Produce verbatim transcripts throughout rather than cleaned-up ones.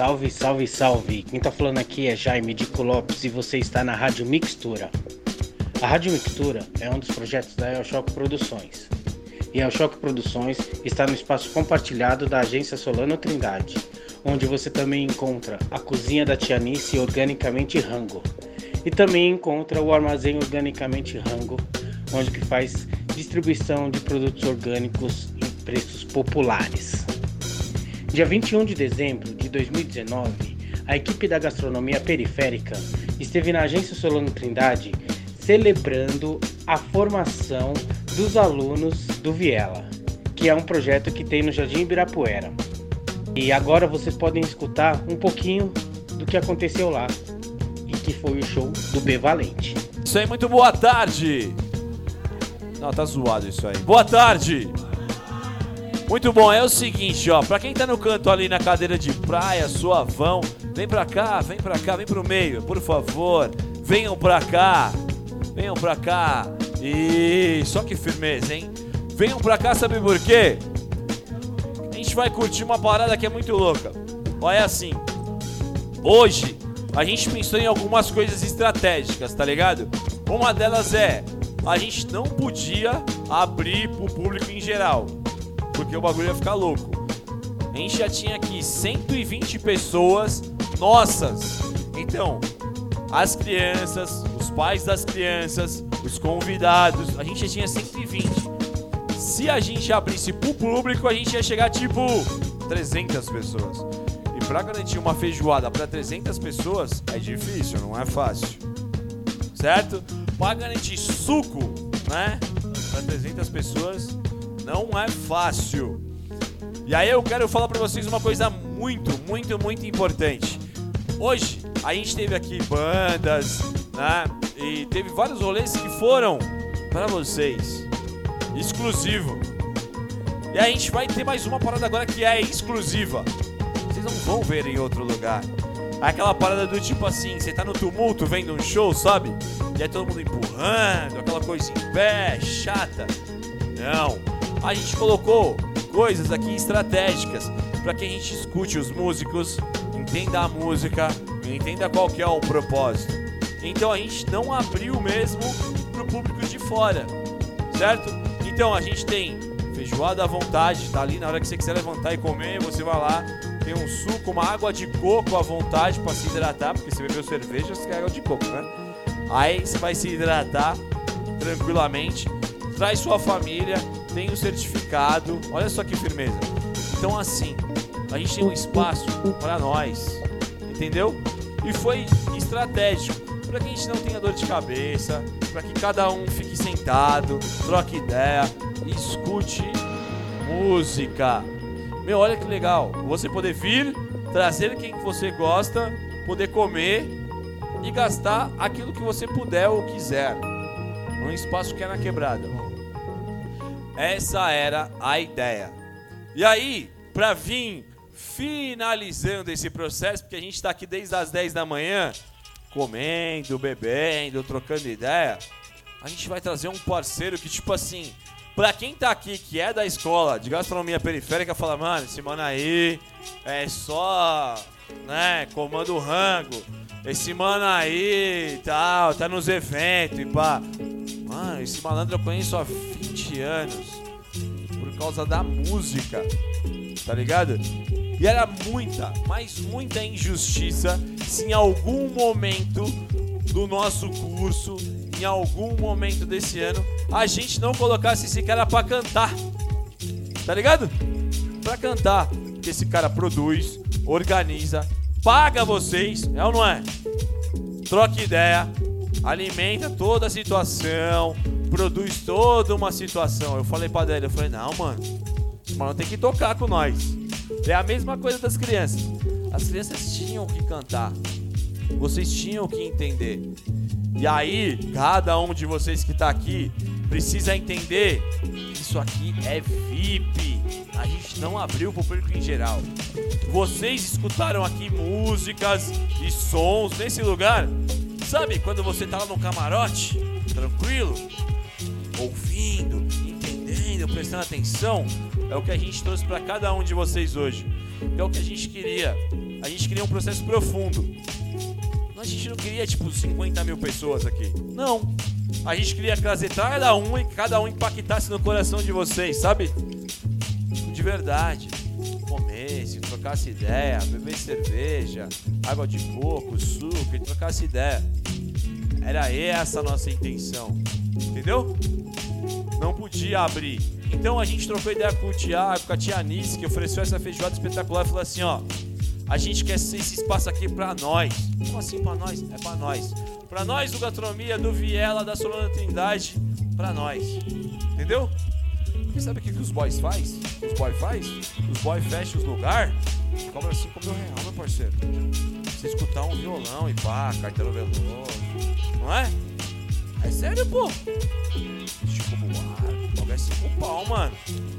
Salve, salve, salve! Quem tá falando aqui é Jaime Dico Lopes e você está na Rádio Mixtura. A Rádio Mixtura é um dos projetos da Elshock Produções. E a Elshock Produções está no espaço compartilhado da Agência Solano Trindade, onde você também encontra a Cozinha da Tianice Organicamente Rango. E também encontra o Armazém Organicamente Rango, onde que faz distribuição de produtos orgânicos em preços populares. Dia vinte e um de dezembro de dois mil e dezenove, a equipe da Gastronomia Periférica esteve na Agência Solano Trindade celebrando a formação dos alunos do Viela, que é um projeto que tem no Jardim Ibirapuera. E agora vocês podem escutar um pouquinho do que aconteceu lá, e que foi o show do B Valente. Isso aí, muito boa tarde! Não, tá zoado isso aí. Boa tarde! Muito bom, é o seguinte, ó, pra quem tá no canto ali na cadeira de praia, suavão, vem pra cá, vem pra cá, vem pro meio, por favor, venham pra cá, venham pra cá, e só que firmeza, hein? Venham pra cá, sabe por quê? A gente vai curtir uma parada que é muito louca. Ó, é assim, hoje a gente pensou em algumas coisas estratégicas, tá ligado? Uma delas é, a gente não podia abrir pro público em geral, porque o bagulho ia ficar louco. A gente já tinha aqui cento e vinte pessoas nossas. Então, as crianças, os pais das crianças, os convidados, a gente já tinha cento e vinte. Se a gente abrisse pro público, a gente ia chegar tipo trezentas pessoas. E pra garantir uma feijoada pra trezentas pessoas, é difícil, não é fácil. Certo? Pra garantir suco, né, pra trezentas pessoas, não é fácil. E aí eu quero falar pra vocês uma coisa muito, muito, muito importante. Hoje a gente teve aqui bandas, né? E teve vários rolês que foram pra vocês, exclusivo. E a gente vai ter mais uma parada agora que é exclusiva. Vocês não vão ver em outro lugar. Aquela parada do tipo assim, você tá no tumulto vendo um show, sabe? E aí todo mundo empurrando, aquela coisa em pé, chata. Não. A gente colocou coisas aqui estratégicas para que a gente escute os músicos, entenda a música, entenda qual que é o propósito. Então a gente não abriu mesmo pro público de fora, certo? Então a gente tem feijoada à vontade, tá ali na hora que você quiser levantar e comer, você vai lá, tem um suco, uma água de coco à vontade para se hidratar, porque você bebeu cerveja, você quer água de coco, né? Aí você vai se hidratar tranquilamente, traz sua família, tem o certificado, olha só que firmeza. Então assim, a gente tem um espaço para nós, entendeu? E foi estratégico, para que a gente não tenha dor de cabeça, para que cada um fique sentado, troque ideia, escute música. Meu, olha que legal, você poder vir, trazer quem você gosta, poder comer e gastar aquilo que você puder ou quiser, num espaço que é na quebrada. Essa era a ideia. E aí, pra vir finalizando esse processo, porque a gente tá aqui desde as dez da manhã, comendo, bebendo, trocando ideia, a gente vai trazer um parceiro que, tipo assim, pra quem tá aqui, que é da escola de gastronomia periférica, fala, mano, esse mano aí é só, né, comando rango, esse mano aí tal, tá nos eventos e pá. Mano, esse malandro eu conheço há vinte anos por causa da música, tá ligado? E era muita, mas muita injustiça se em algum momento do nosso curso, em algum momento desse ano, a gente não colocasse esse cara pra cantar, tá ligado? Pra cantar, porque esse cara produz, organiza, paga vocês, é ou não é? Troca ideia, alimenta toda a situação, produz toda uma situação. Eu falei pra dela, eu falei, não, mano, esse mano tem que tocar com nós. É a mesma coisa das crianças. As crianças tinham que cantar, vocês tinham que entender. E aí, cada um de vocês que tá aqui precisa entender que isso aqui é V I P. A gente não abriu pro público em geral. Vocês escutaram aqui músicas e sons nesse lugar. Sabe quando você tá lá no camarote, tranquilo, ouvindo, entendendo, prestando atenção? É o que a gente trouxe para cada um de vocês hoje. É o que a gente queria a gente queria um processo profundo. A gente não queria, tipo, cinquenta mil pessoas aqui. Não. A gente queria trazer cada um e cada um impactasse no coração de vocês, sabe? De verdade. Comesse, trocasse ideia, beber cerveja, água de coco, suco e trocasse ideia. Era essa a nossa intenção. Entendeu? Não podia abrir. Então a gente trocou ideia com o Thiago, com a tia Anice, que ofereceu essa feijoada espetacular e falou assim, ó, a gente quer esse espaço aqui pra nós. Como assim pra nós? É pra nós. Pra nós do Gastronomia, do Viela, da Solana Trindade, pra nós. Entendeu? Porque sabe o que, que os boys faz? Os boys faz? Os boys fecham os lugares, cobra cinco mil reais, meu parceiro. Você escutar um violão e pá, Caetano Veloso. Não é? É sério, pô. Chico Buarque, pagar cinco pau, mano.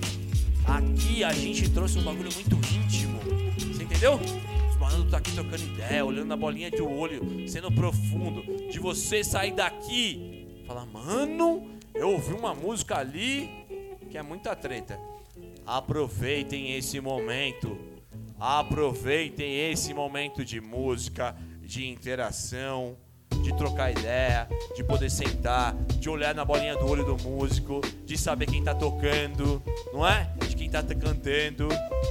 Aqui a gente trouxe um bagulho muito íntimo. Você entendeu? Os malandros tá aqui trocando ideia, olhando na bolinha de olho, sendo profundo. De você sair daqui e falar, mano, eu ouvi uma música ali que é muita treta. Aproveitem esse momento. Aproveitem esse momento de música, de interação, de trocar ideia, de poder sentar, de olhar na bolinha do olho do músico, de saber quem tá tocando, não é? De quem tá cantando.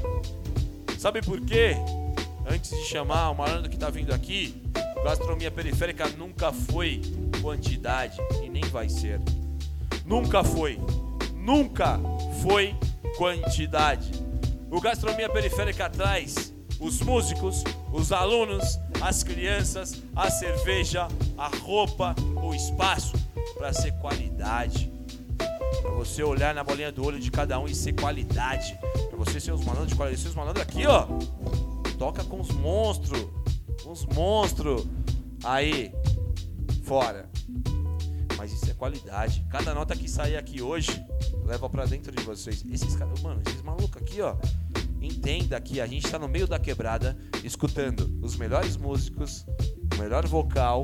Sabe por quê? Antes de chamar o malandro que tá vindo aqui, Gastronomia Periférica nunca foi quantidade e nem vai ser. Nunca foi. Nunca foi quantidade. O Gastronomia Periférica traz os músicos, os alunos, as crianças, a cerveja, a roupa, o espaço para ser qualidade. Para você olhar na bolinha do olho de cada um e ser qualidade. Para você ser os malandros de qualidade. Os malandros aqui, ó, toca com os monstros. Os monstros aí fora. Mas isso é qualidade. Cada nota que sair aqui hoje leva pra dentro de vocês. Esses caras, mano, esses malucos aqui, ó. Entenda que a gente tá no meio da quebrada, escutando os melhores músicos, o melhor vocal,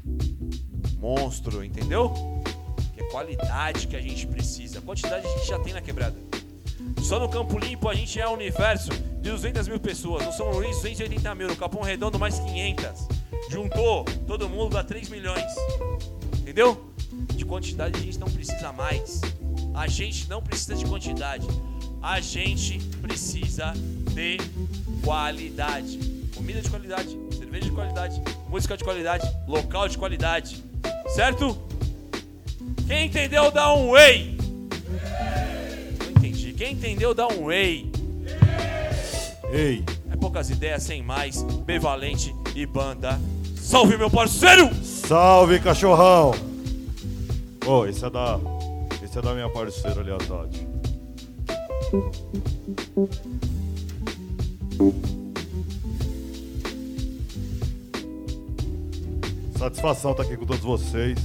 monstro, entendeu? Que é qualidade que a gente precisa. Quantidade a gente já tem na quebrada. Só no Campo Limpo a gente é um universo de duzentas mil pessoas. No São Luís, duzentos e oitenta mil. No Capão Redondo, mais quinhentas. Juntou todo mundo, dá três milhões. Entendeu? De quantidade a gente não precisa mais. A gente não precisa de quantidade. A gente precisa de qualidade. Comida de qualidade, cerveja de qualidade, música de qualidade, local de qualidade. Certo? Quem entendeu, dá um ei. Não entendi. Quem entendeu, dá um ei. Ei. É poucas ideias, sem mais. Bevalente e banda. Salve, meu parceiro! Salve, cachorrão! Ô, oh, esse é da... Esse é da minha parceira ali, a Tati. Satisfação estar aqui com todos vocês.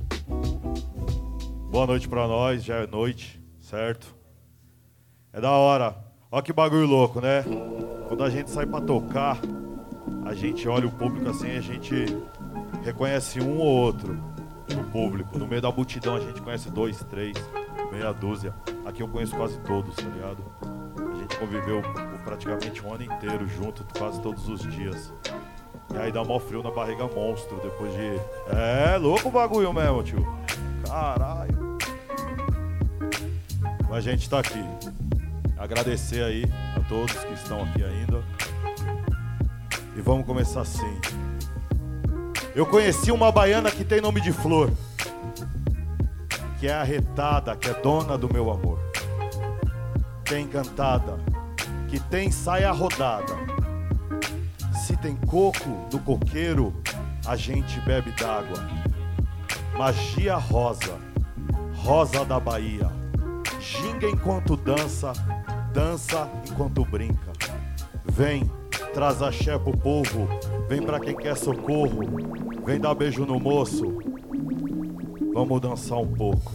Boa noite pra nós, já é noite, certo? É da hora. Olha que bagulho louco, né? Quando a gente sai pra tocar, a gente olha o público assim e a gente reconhece um ou outro no público. No meio da multidão a gente conhece dois, três, meia dúzia. Aqui eu conheço quase todos, tá ligado? A gente conviveu praticamente um ano inteiro junto, quase todos os dias. E aí dá mal frio na barriga monstro depois de... É, louco o bagulho mesmo, tio. Caralho. Mas a gente tá aqui. Agradecer aí a todos que estão aqui ainda. E vamos começar assim. Eu conheci uma baiana que tem nome de flor, que é arretada, que é dona do meu amor, que é encantada, que tem saia rodada. Se tem coco no coqueiro, a gente bebe d'água. Magia rosa, rosa da Bahia. Ginga enquanto dança, dança enquanto brinca. Vem, traz axé pro povo, vem pra quem quer socorro, vem dar beijo no moço. Vamos dançar um pouco.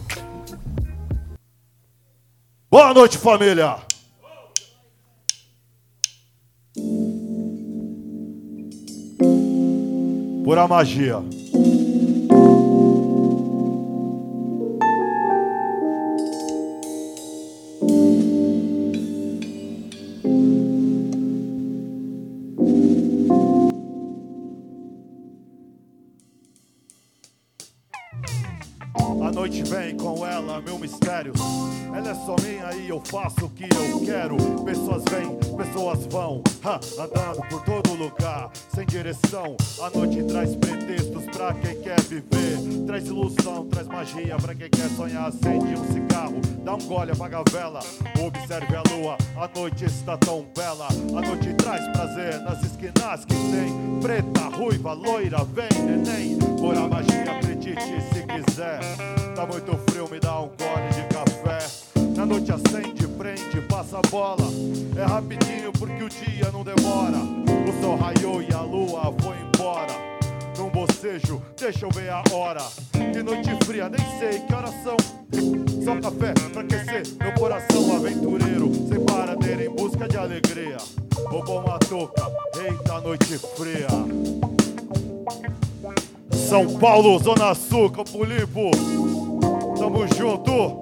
Boa noite, família! Pura magia. noite vem com ela, mil mistérios. Ela é só minha e eu faço o que eu quero. Pessoas vêm, pessoas vão, ha, andando por todo lugar, sem direção. A noite traz pretextos pra quem quer viver, traz ilusão, traz magia pra quem quer sonhar. Acende um cigarro, dá um gole, apaga a vela, observe a lua, a noite está tão bela. A noite traz prazer nas esquinas que tem preta, ruiva, loira, vem neném. Por a magia, acredite se quiser. Tá muito frio, me dá um gole de café. Na noite acende, prende, passa a bola. É rapidinho porque o dia não demora. O sol raiou e a lua foi embora. Num bocejo, deixa eu ver a hora. Que noite fria, nem sei que horas são. Só café pra aquecer meu coração aventureiro, sem paradeira em busca de alegria. Roubou uma touca, eita noite fria. São Paulo, Zona Sul, Campo Limpo, tamo junto.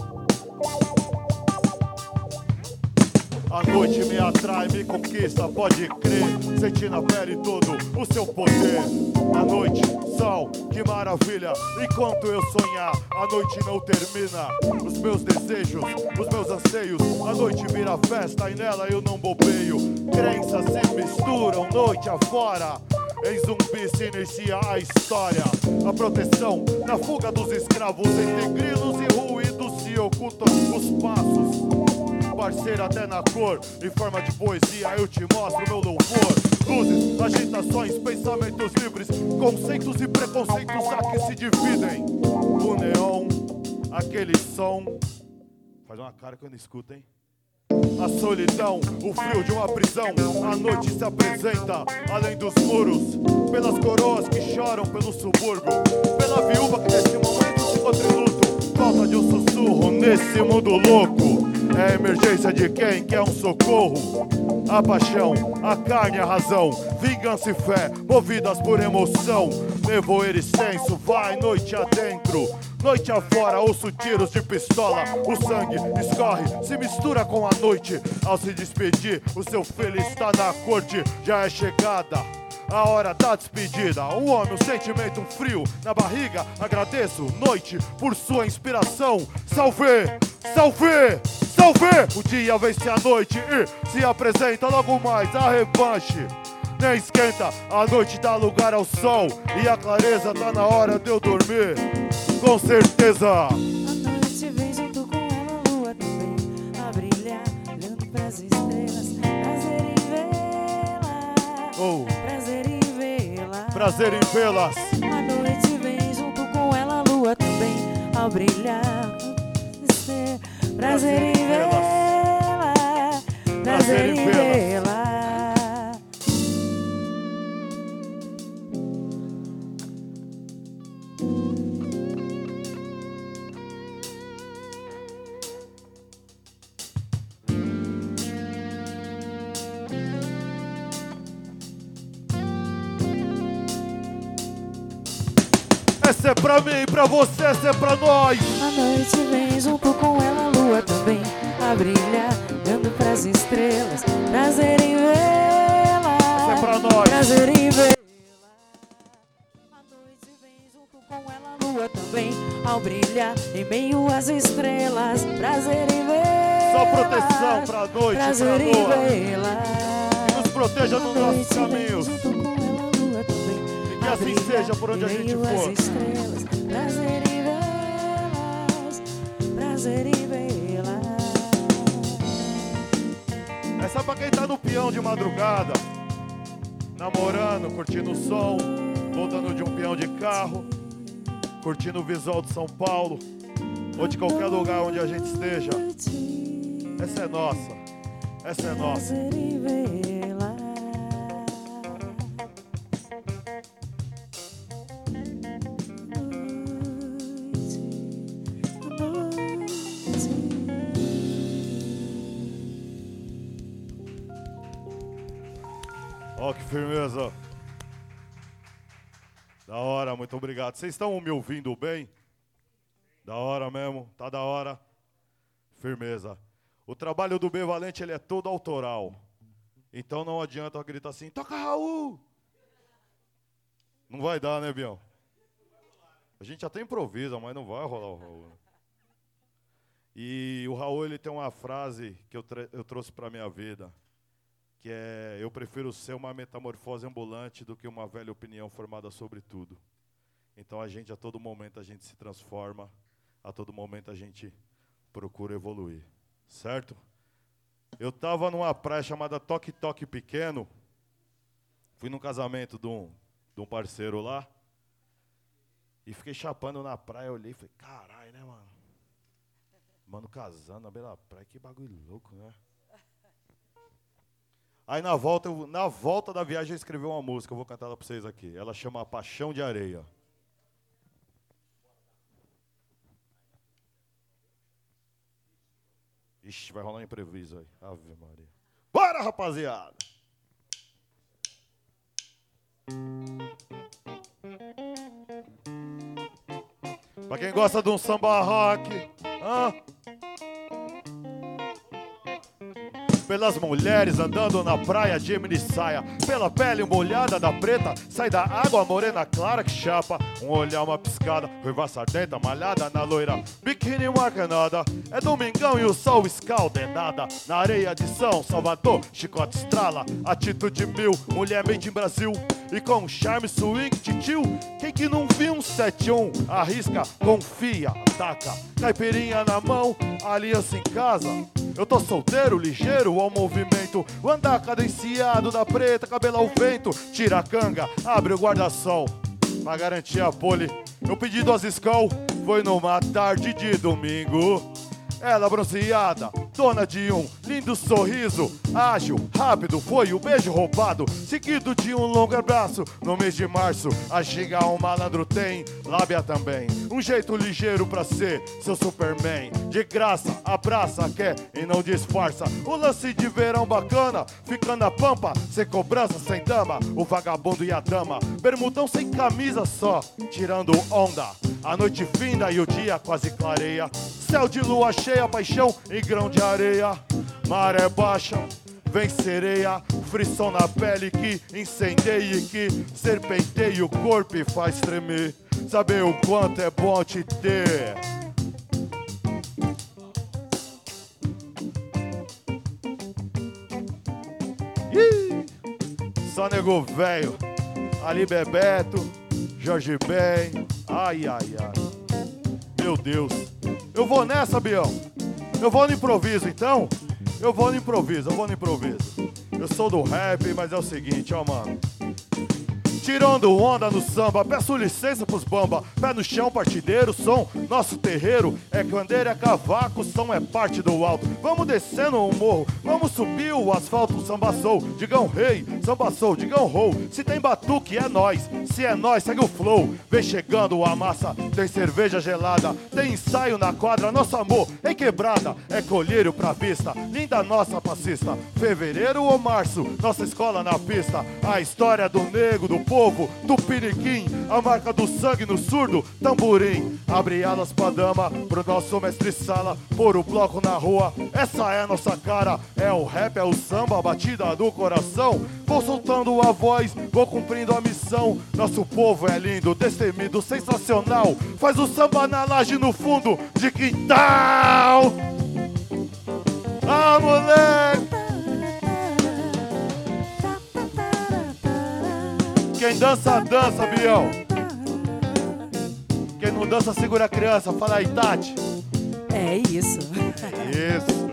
A noite me atrai, me conquista, pode crer. Senti na pele todo o seu poder. A noite, sol, que maravilha. Enquanto eu sonhar, a noite não termina. Os meus desejos, os meus anseios. A noite vira festa e nela eu não bobeio. Crenças se misturam noite afora. Em Zumbi se inicia a história. A proteção na fuga dos escravos. Entre grilos e ruídos se ocultam os passos. Parceiro até na cor, em forma de poesia eu te mostro meu louvor. Luzes, agitações, pensamentos livres, conceitos e preconceitos aqui se dividem. O neon, aquele som. Faz uma cara que eu não escuto, hein? A solidão, o frio de uma prisão. A noite se apresenta além dos muros. Pelas coroas que choram pelo subúrbio. Pela viúva que nesse momento se encontra em luto. Falta de um sussurro nesse mundo louco. É a emergência de quem quer um socorro. A paixão, a carne, a razão, vingança e fé, movidas por emoção. Nevoeiro e senso, vai noite adentro. Noite afora, ouço tiros de pistola. O sangue escorre, se mistura com a noite. Ao se despedir, o seu filho está na corte. Já é chegada a hora da despedida. Um homem, um sentimento, um frio na barriga. Agradeço, noite, por sua inspiração. Salve, salve, salve! O dia vence a noite e se apresenta logo mais a revanche. Nem esquenta, a noite dá lugar ao sol. E a clareza tá na hora de eu dormir. Com certeza. A noite vem junto com ela, a lua também a brilhar, olhando pras estrelas. Prazer em vê-la. Oh. Prazer em vê-la. Prazer em vê-las. A noite vem junto com ela, a lua também a brilhar. Prazer em vê-la. Prazer em vê-la. Essa é pra mim, pra você, essa é pra nós. A noite vem junto com ela, a lua também a brilhar, dando pras estrelas. Prazer em vê-la. Essa é pra nós. Prazer em vê-la. A noite vem junto com ela, a lua também ao brilhar em meio às estrelas. Prazer em vê-la. Só proteção pra noite, Prazer pra em lua. vê-la. Que nos proteja nos nossos caminhos. Junto com ela, a lua também E que assim seja por onde a gente for. Estrelas, prazer em vê-las, prazer em vê-las. Essa é pra quem tá no peão de madrugada, namorando, curtindo o som, voltando de um peão de carro, curtindo o visual de São Paulo, ou de qualquer lugar onde a gente esteja. Essa é nossa, essa é nossa. Prazer em vê-las. Ó, que firmeza. Da hora, muito obrigado. Vocês estão me ouvindo bem? Da hora mesmo, tá da hora. Firmeza. O trabalho do B Valente, ele é todo autoral. Então não adianta eu gritar assim, toca Raul! Não vai dar, né, Bião? A gente até improvisa, mas não vai rolar o Raul. Né? E o Raul, ele tem uma frase que eu, eu trouxe para a minha vida, que é: eu prefiro ser uma metamorfose ambulante do que uma velha opinião formada sobre tudo. Então a gente, a todo momento, a gente se transforma, a todo momento a gente procura evoluir, certo? Eu estava numa praia chamada Toque Toque Pequeno, fui num casamento de um, de um parceiro lá, e fiquei chapando na praia, olhei e falei, caralho, né, mano? Mano, casando na beira da praia, que bagulho louco, né? Aí na volta, eu, na volta da viagem eu escrevi uma música, eu vou cantar ela pra vocês aqui. Ela chama Paixão de Areia. Ixi, vai rolar um imprevisto aí. Ave Maria. Bora, rapaziada! Pra quem gosta de um samba rock, hã? Pelas mulheres andando na praia de mini saia, pela pele molhada da preta, sai da água morena clara que chapa, um olhar, uma piscada, ruiva sardenta, malhada na loira, biquíni marca nada, é domingão e o sol escalda, é nada, na areia de São Salvador, chicote estrala, atitude mil, mulher made in Brasil, e com charme swing titio, quem que não viu um sete um, arrisca, confia, ataca, caipirinha na mão, aliança em casa. Eu tô solteiro, ligeiro ao movimento, o andar cadenciado da preta, cabelo ao vento, tira a canga, abre o guarda-sol, pra garantir a pole. Eu pedi duas Skol, foi numa tarde de domingo. Ela bronzeada, dona de um lindo sorriso, ágil, rápido, foi o beijo roubado, seguido de um longo abraço. No mês de março, a giga um malandro tem, lábia também, um jeito ligeiro pra ser seu Superman. De graça, abraça, quer e não disfarça, o lance de verão bacana, fica na pampa, sem cobrança, sem dama, o vagabundo e a dama, bermudão sem camisa só, tirando onda. A noite finda e o dia quase clareia, céu de lua cheia, paixão e grão de areia. Maré baixa, vem sereia, frisson na pele que incendeia e que serpenteia o corpo e faz tremer. Saber o quanto é bom te ter. Ih, só nego velho, Ali Bebeto, Jorge Ben, ai, ai, ai. Meu Deus. Eu vou nessa, Bião. Eu vou no improviso, então. Eu vou no improviso, eu vou no improviso. Eu sou do rap, mas é o seguinte, ó, mano. Tirando onda no samba, peço licença pros bamba. Pé no chão, partideiro, som, nosso terreiro. É bandeira, é cavaco, som é parte do alto. Vamos descendo o morro, vamos subir o asfalto. Samba soul, digam rei, samba soul, digam roll. Se tem batuque é nós, se é nós segue o flow. Vem chegando a massa, tem cerveja gelada, tem ensaio na quadra, nosso amor é quebrada. É colheiro pra vista, linda nossa passista. Fevereiro ou março, nossa escola na pista. A história do negro, do povo, do piniquim, a marca do sangue no surdo, tamborim. Abre alas pra dama, pro nosso mestre sala, pôr o bloco na rua, essa é a nossa cara. É o rap, é o samba, a batida do coração. Vou soltando a voz, vou cumprindo a missão. Nosso povo é lindo, destemido, sensacional. Faz o samba na laje no fundo de quintal. Ah, moleque! Quem dança, dança, Bião. Quem não dança, segura a criança. Fala aí, Tati. É isso. É isso.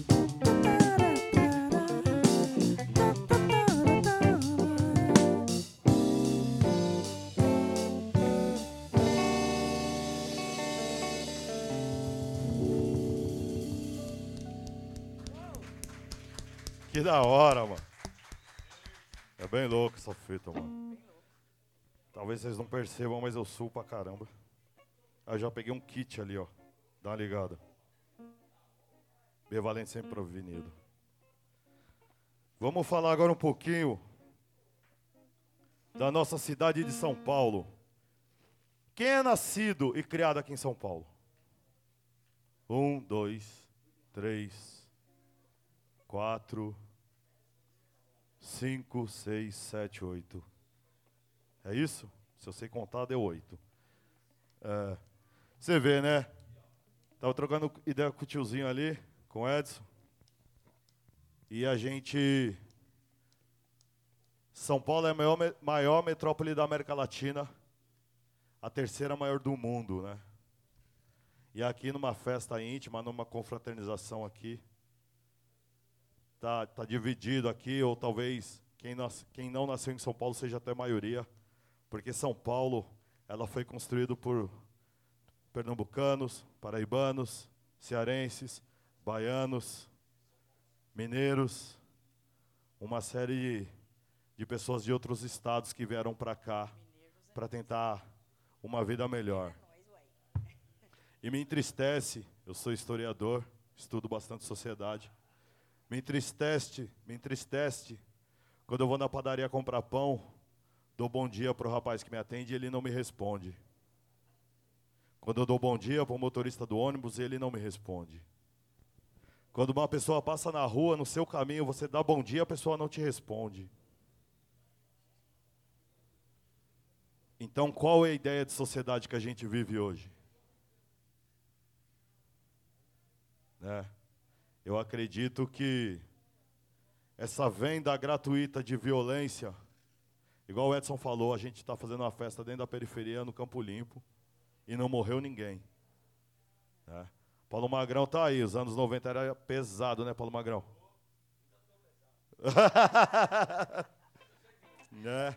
Que da hora, mano. É bem louco essa fita, mano. Talvez vocês não percebam, mas eu suo pra caramba. Aí já peguei um kit ali, ó. Dá uma ligada. B Valente sempre provenido. Vamos falar agora um pouquinho da nossa cidade de São Paulo. Quem é nascido e criado aqui em São Paulo? Um, dois, três, quatro, cinco, seis, sete, oito. É isso? Se eu sei contar, deu oito. É, você vê, né? Tava trocando ideia com o tiozinho ali, com o Edson. E a gente... São Paulo é a maior, maior metrópole da América Latina, a terceira maior do mundo, né? E aqui numa festa íntima, numa confraternização aqui, tá, tá dividido aqui, ou talvez quem, nas, quem não nasceu em São Paulo seja até a maioria, porque São Paulo, ela foi construída por pernambucanos, paraibanos, cearenses, baianos, mineiros, uma série de de pessoas de outros estados que vieram para cá para tentar uma vida melhor. E me entristece, eu sou historiador, estudo bastante sociedade, me entristece, me entristece quando eu vou na padaria comprar pão, dou bom dia para o rapaz que me atende e ele não me responde. Quando eu dou bom dia para o motorista do ônibus, ele não me responde. Quando uma pessoa passa na rua, no seu caminho, você dá bom dia, a pessoa não te responde. Então, qual é a ideia de sociedade que a gente vive hoje? Né? Eu acredito que essa venda gratuita de violência, igual o Edson falou, a gente está fazendo uma festa dentro da periferia, no Campo Limpo, e não morreu ninguém. Né? Paulo Magrão tá aí, os anos noventa era pesado, né, Paulo Magrão? Né?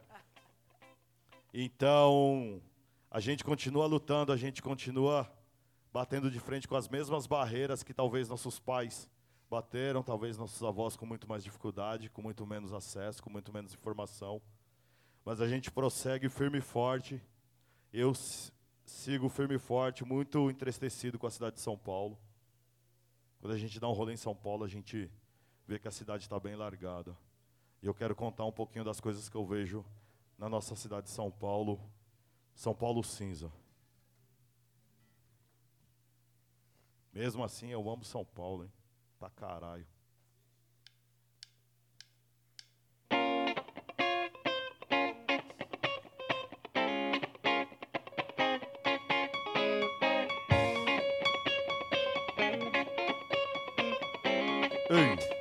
Então, a gente continua lutando, a gente continua batendo de frente com as mesmas barreiras que talvez nossos pais bateram, talvez nossos avós com muito mais dificuldade, com muito menos acesso, com muito menos informação. Mas a gente prossegue firme e forte. Eu sigo firme e forte, muito entristecido com a cidade de São Paulo. Quando a gente dá um rolê em São Paulo, a gente vê que a cidade está bem largada. E eu quero contar um pouquinho das coisas que eu vejo na nossa cidade de São Paulo, São Paulo cinza. Mesmo assim, eu amo São Paulo, hein? Pra caralho. Ei!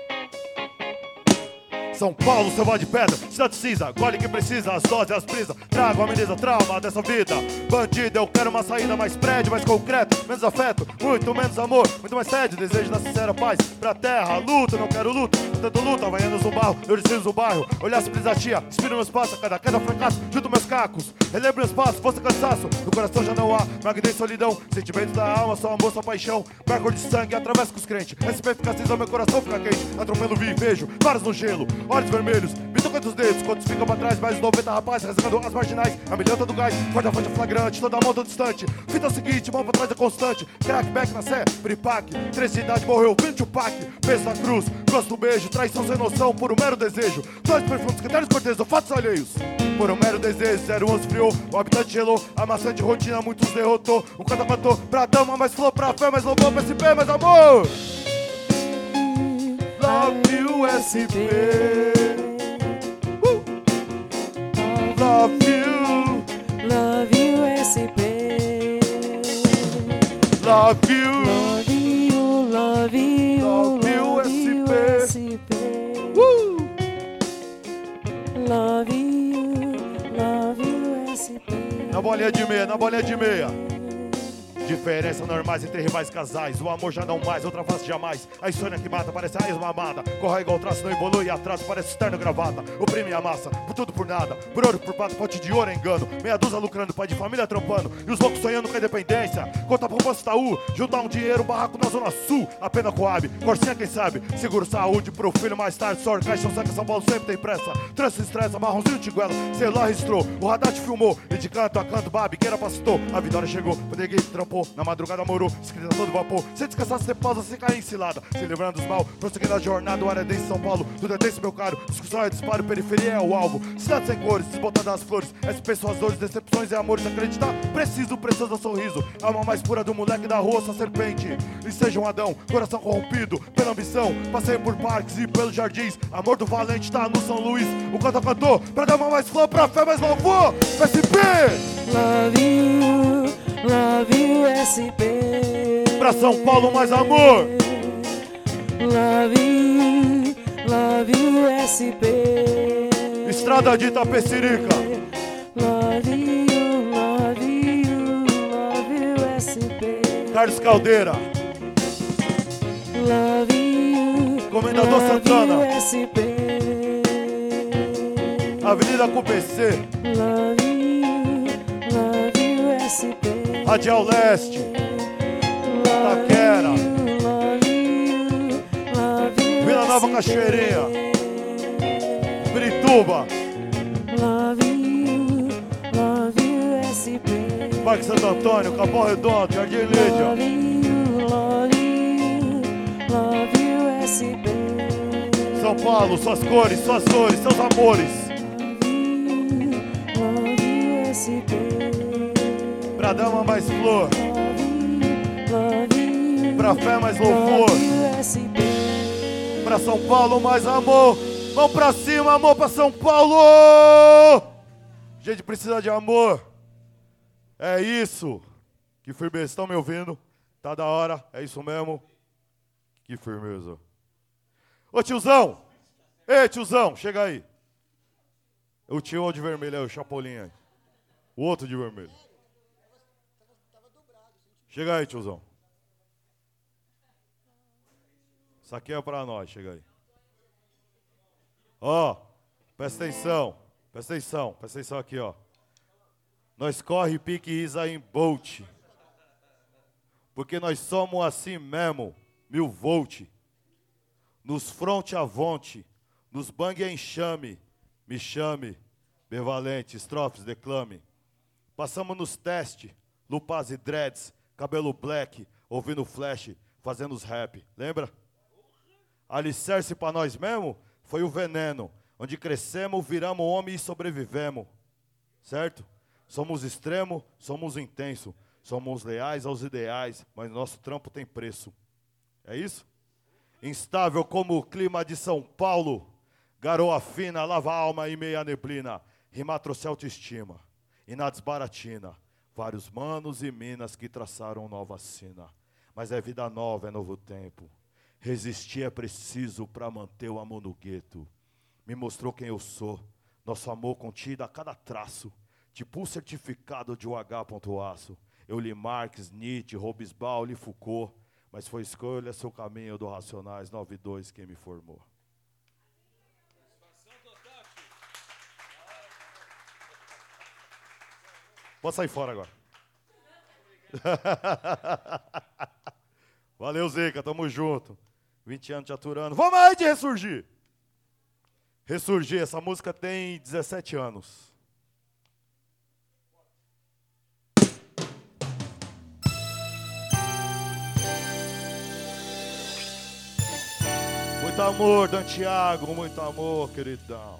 São Paulo, selva de pedra, cidade cinza, gole que precisa, as doses, as brisas, trago a menina trauma dessa vida. Bandido, eu quero uma saída mais prédio, mais concreto, menos afeto, muito menos amor, muito mais sede, desejo da sincera paz, pra terra, luta, não quero luta, tentando luta, havaianos no barro, eu preciso do bairro, olhar se brisa tia, inspiro meus passos, cada queda fracasso, junto meus cacos, relembro meus passos, força cansaço, no coração já não há, magnei solidão, sentimento da alma, só amor, só paixão, percor de sangue, atravessa com os crentes, respeito fica cinza, meu coração fica quente, atropelo vi e vejo, vários no gelo, olhos vermelhos, me toca dos dedos, quantos ficam pra trás, mais de noventa rapazes, rasgando as marginais, a milhanta do gás, corta a fonte flagrante, toda a mão tão distante, fita o seguinte, mão pra trás é constante, crackback na sé, pripac, três de idade morreu, vinte o pac, peso na cruz, gosto do beijo, traição sem noção, por um mero desejo, dois perfumes, critérios corteses, fatos alheios, por um mero desejo, zero onze friou, o habitante gelou, a maçã de rotina, muitos derrotou, o canta cantou, pra dama, mais flor, pra fé, mais louvor, pra S P, mais amor! Love you, S P. Uh. Love you. Love you, S P. Love you. Love you, love you, Love you, S P. Uh. Love you, love you, S P. Na bolinha de meia, na bolinha de meia. Diferenças normais entre rivais casais. O amor já não mais, outra face jamais. A insônia que mata parece a ex-mamada. Corre igual traço, não evolui, atrás parece externo gravata. Oprime a massa, por tudo por nada. Por ouro, por pato, pote de ouro é engano. Meia dúzia lucrando, pai de família trampando. E os loucos sonhando com a independência. Conta pro posto Itaú, juntar um dinheiro, um barraco na zona sul. A pena Coab, Corsinha quem sabe. Seguro saúde pro filho mais tarde. Só caixa, saca, São Paulo sempre tem pressa. Trânsito estressa, marronzinho tiguela. Celular registrou, o radar te filmou. E de canto a canto, babi, queira pastor. A vitória chegou, o neguei trampou. Na madrugada morou, escrita todo vapor. Sem descansar, sem pausa, sem cair em cilada. Se livrando dos mal, prosseguindo a jornada. O Aredense, São Paulo, tudo é dense, meu caro. Discussão é disparo, periferia é o alvo. Cidade sem cores, desbotada das flores. S P, suas dores, decepções e amores. Acreditar, preciso, precioso sorriso. Alma mais pura do moleque da rua, sua serpente. E seja um Adão, coração corrompido pela ambição. Passei por parques e pelos jardins. Amor do valente tá no São Luís. O canto cantou, pra dar uma mais flor, pra fé mais louvor. S P! Love you. S P. Pra São Paulo, mais amor. Love you, love you, S P. Estrada de Itapecerica. Love you, love you, love you, S P. Carlos Caldeira. Love you, Comendador love Santana. you, S P. Avenida com P C. Love you, love you, S P. Radial Leste. Taquera. Love you, love you, Vila Nova S P. Cachoeirinha. Pirituba. Love you, love you, S P. Parque Santo Antônio, Capão Redondo, Jardim Love Lídia. you, love you, love you, S P. São Paulo, suas cores, suas dores, seus amores. Love you, S P. Pra dama mais flor, Love you, pra fé mais louvor, love you, S P. pra São Paulo mais amor. Vamos pra cima, amor, pra São Paulo! Gente, precisa de amor. É isso. Que firmeza, estão me ouvindo? Tá da hora, é isso mesmo? Que firmeza. Ô tiozão! Ei, tiozão, chega aí. O tio de vermelho, é o Chapolin aí. O outro de vermelho. Chega aí, tiozão. Isso aqui é pra nós, chega aí. Ó, presta atenção, presta atenção, presta atenção aqui, ó. Nós corre, pique e risa em Bolt. Porque nós somos assim mesmo, mil volt. Nos fronte avonte, nos bang enxame, me chame, Bevalente, estrofes, declame. Passamos nos testes, lupas e dreads, cabelo black, ouvindo flash, fazendo os rap, lembra? Alicerce pra nós mesmo foi o veneno, onde crescemos, viramos homem e sobrevivemos, certo? Somos extremo, somos intenso, somos leais aos ideais, mas nosso trampo tem preço. É isso? Instável como o clima de São Paulo, garoa fina, lava a alma e meia neblina, rima trouxe autoestima, e na desbaratina, vários manos e minas que traçaram nova sina. Mas é vida nova, é novo tempo. Resistir é preciso para manter o amor no gueto. Me mostrou quem eu sou, nosso amor contido a cada traço, tipo um certificado de U H ponto aço. Eu li Marx, Nietzsche, Hobsbawm, li Foucault, mas foi escolha seu caminho do Racionais noventa e dois quem me formou. Pode sair fora agora. Valeu, Zica, tamo junto. vinte anos te aturando. Vamos aí de Ressurgir. Ressurgir, essa música tem dezessete anos. Muito amor, Dan Thiago, muito amor, queridão.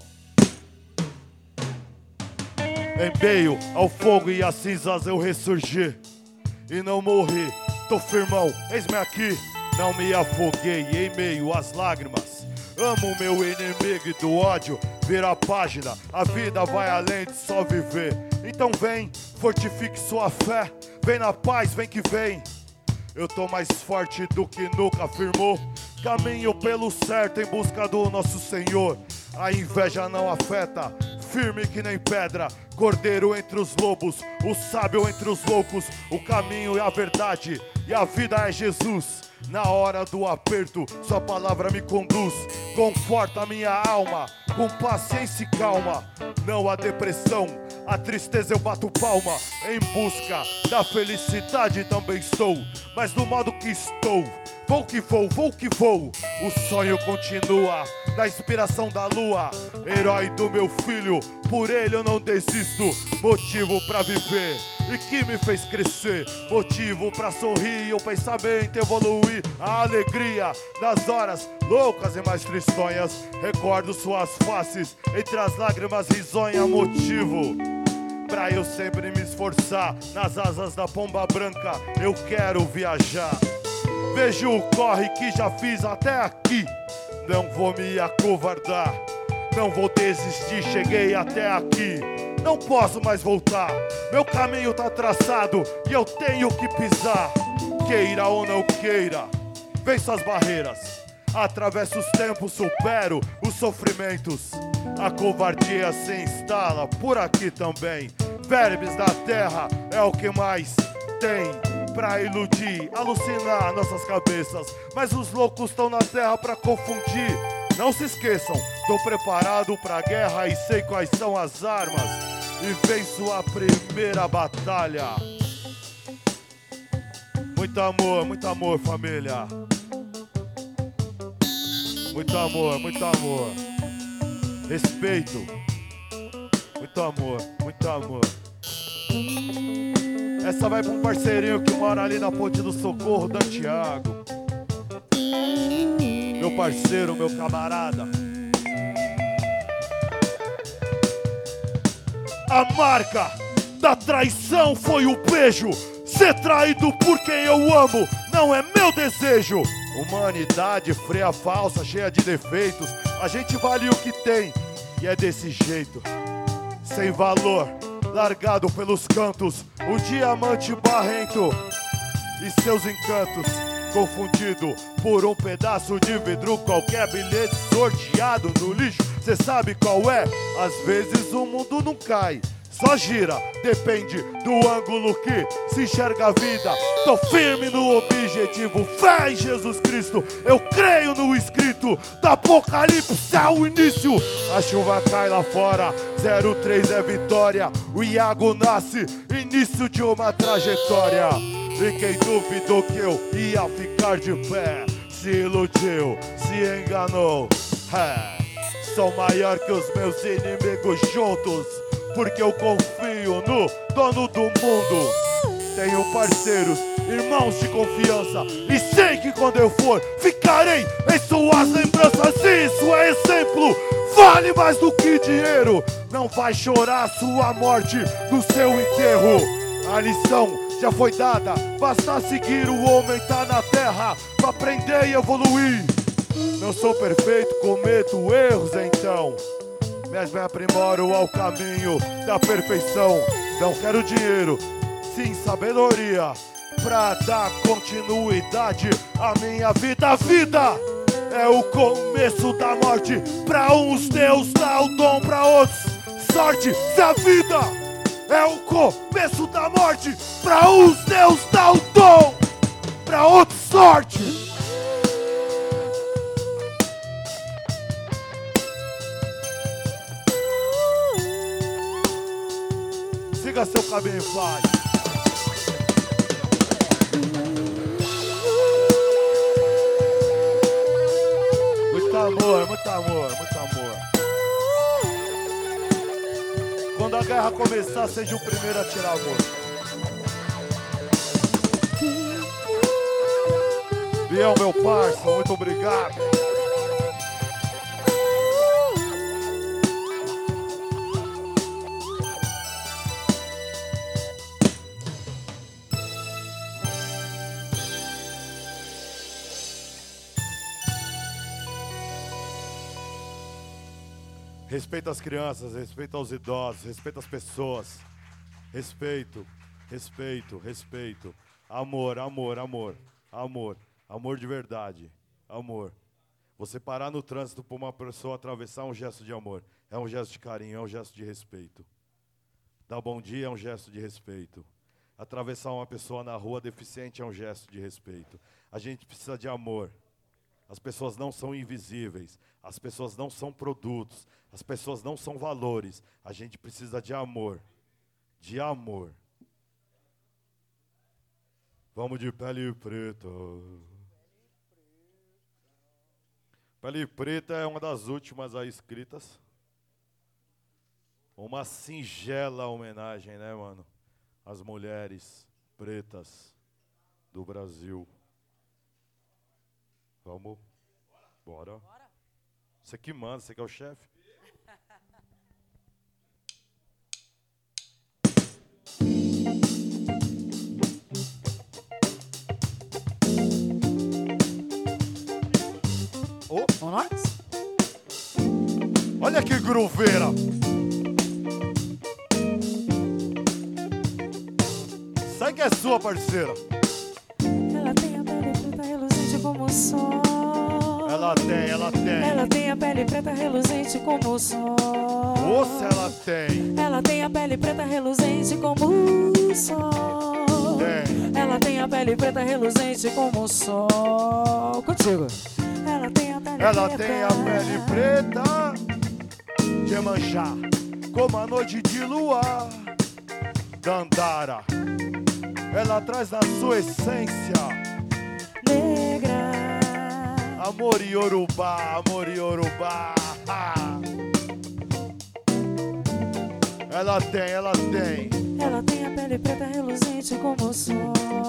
Em meio ao fogo e às cinzas eu ressurgi e não morri, tô firmão, eis-me aqui. Não me afoguei em meio às lágrimas. Amo o meu inimigo e do ódio vira a página. A vida vai além de só viver. Então vem, fortifique sua fé. Vem na paz, vem que vem. Eu tô mais forte do que nunca afirmou. Caminho pelo certo em busca do nosso Senhor. A inveja não afeta, firme que nem pedra. Cordeiro entre os lobos, o sábio entre os loucos. O caminho é a verdade e a vida é Jesus. Na hora do aperto, sua palavra me conduz. Conforta a minha alma, com paciência e calma. Não há depressão, a tristeza eu bato palma. Em busca da felicidade também estou, mas do modo que estou, vou que vou, vou que vou. O sonho continua, na inspiração da lua. Herói do meu filho, por ele eu não desisto. Motivo pra viver e que me fez crescer. Motivo pra sorrir, o pensamento evoluir. A alegria das horas loucas e mais tristonhas. Recordo suas faces, entre as lágrimas risonha. Motivo pra eu sempre me esforçar. Nas asas da pomba branca eu quero viajar. Vejo o corre que já fiz até aqui. Não vou me acovardar, não vou desistir, cheguei até aqui. não posso mais voltar. Meu caminho tá traçado e eu tenho que pisar. Queira ou não queira, venço as barreiras, atravesso os tempos, supero os sofrimentos. A covardia se instala por aqui também. Verbes da terra é o que mais tem pra iludir, alucinar nossas cabeças. Mas os loucos estão na terra pra confundir. Não se esqueçam, tô preparado pra guerra e sei quais são as armas. E venço a primeira batalha. Muito amor, muito amor, família. Muito amor, muito amor. Respeito. Muito amor, muito amor. Essa vai pra um parceirinho que mora ali na Ponte do Socorro, da Thiago. Meu parceiro, meu camarada. A marca da traição foi o beijo. Ser traído por quem eu amo não é meu desejo. Humanidade fria, falsa, cheia de defeitos. A gente vale o que tem e é desse jeito. Sem valor, largado pelos cantos, o diamante barrento e seus encantos. Confundido por um pedaço de vidro, qualquer bilhete sorteado no lixo. Cê sabe qual é? Às vezes o mundo não cai, só gira, depende do ângulo que se enxerga a vida. Tô firme no objetivo, fé em Jesus Cristo. Eu creio no escrito do Apocalipse ao início. A chuva cai lá fora, zero três é vitória. O Iago nasce, início de uma trajetória. E quem duvidou que eu ia ficar de pé se iludiu, se enganou. É, sou maior que os meus inimigos juntos, porque eu confio no dono do mundo. Tenho parceiros, irmãos de confiança, e sei que quando eu for, ficarei em suas lembranças. Isso é exemplo, vale mais do que dinheiro. Não vai chorar sua morte no seu enterro. A lição já foi dada, basta seguir, o homem tá na terra pra aprender e evoluir. Não sou perfeito, cometo erros então, mas me aprimoro ao caminho da perfeição. Não quero dinheiro, sim sabedoria, pra dar continuidade à minha vida. A vida é o começo da morte. Pra uns Deus dá o dom, pra outros sorte. Se a vida é o começo da morte, pra uns Deus dá o dom, pra outros sorte. Siga seu caminho em paz. Muito amor, muito amor, muito amor. Quando a guerra começar, seja o primeiro a tirar amor. Biel, meu parça, muito obrigado. Respeita as crianças, respeita os idosos, respeita as pessoas. Respeito, respeito, respeito. Amor, amor, amor, amor, amor de verdade, amor. Você parar no trânsito por uma pessoa atravessar é um gesto de amor, é um gesto de carinho, é um gesto de respeito. Dar bom dia é um gesto de respeito. Atravessar uma pessoa na rua deficiente é um gesto de respeito. A gente precisa de amor. As pessoas não são invisíveis, as pessoas não são produtos, as pessoas não são valores. A gente precisa de amor, de amor. Vamos de pele preta. Pele preta é uma das últimas aí escritas. Uma singela homenagem, né, mano? Às mulheres pretas do Brasil. Vamos? Bora. Bora. Você que manda, você que é o chefe. Oh. Vamos nós? Olha que grooveira. é sua, parceira. Ela tem a pele preta reluzente como o sol. Ela tem, ela tem. Ela tem a pele preta reluzente como o sol. Moça, ela tem. Ela tem a pele preta reluzente como o sol. Tem. Ela tem a pele preta reluzente como o sol. Contigo. Ela tem a pele Ela preta. tem a pele preta de manchar, como a noite de luar. Dandara, ela traz na sua essência negra. amor e Yorubá, amor e Yorubá. Ela tem, ela tem. Ela tem a pele preta reluzente como o sol.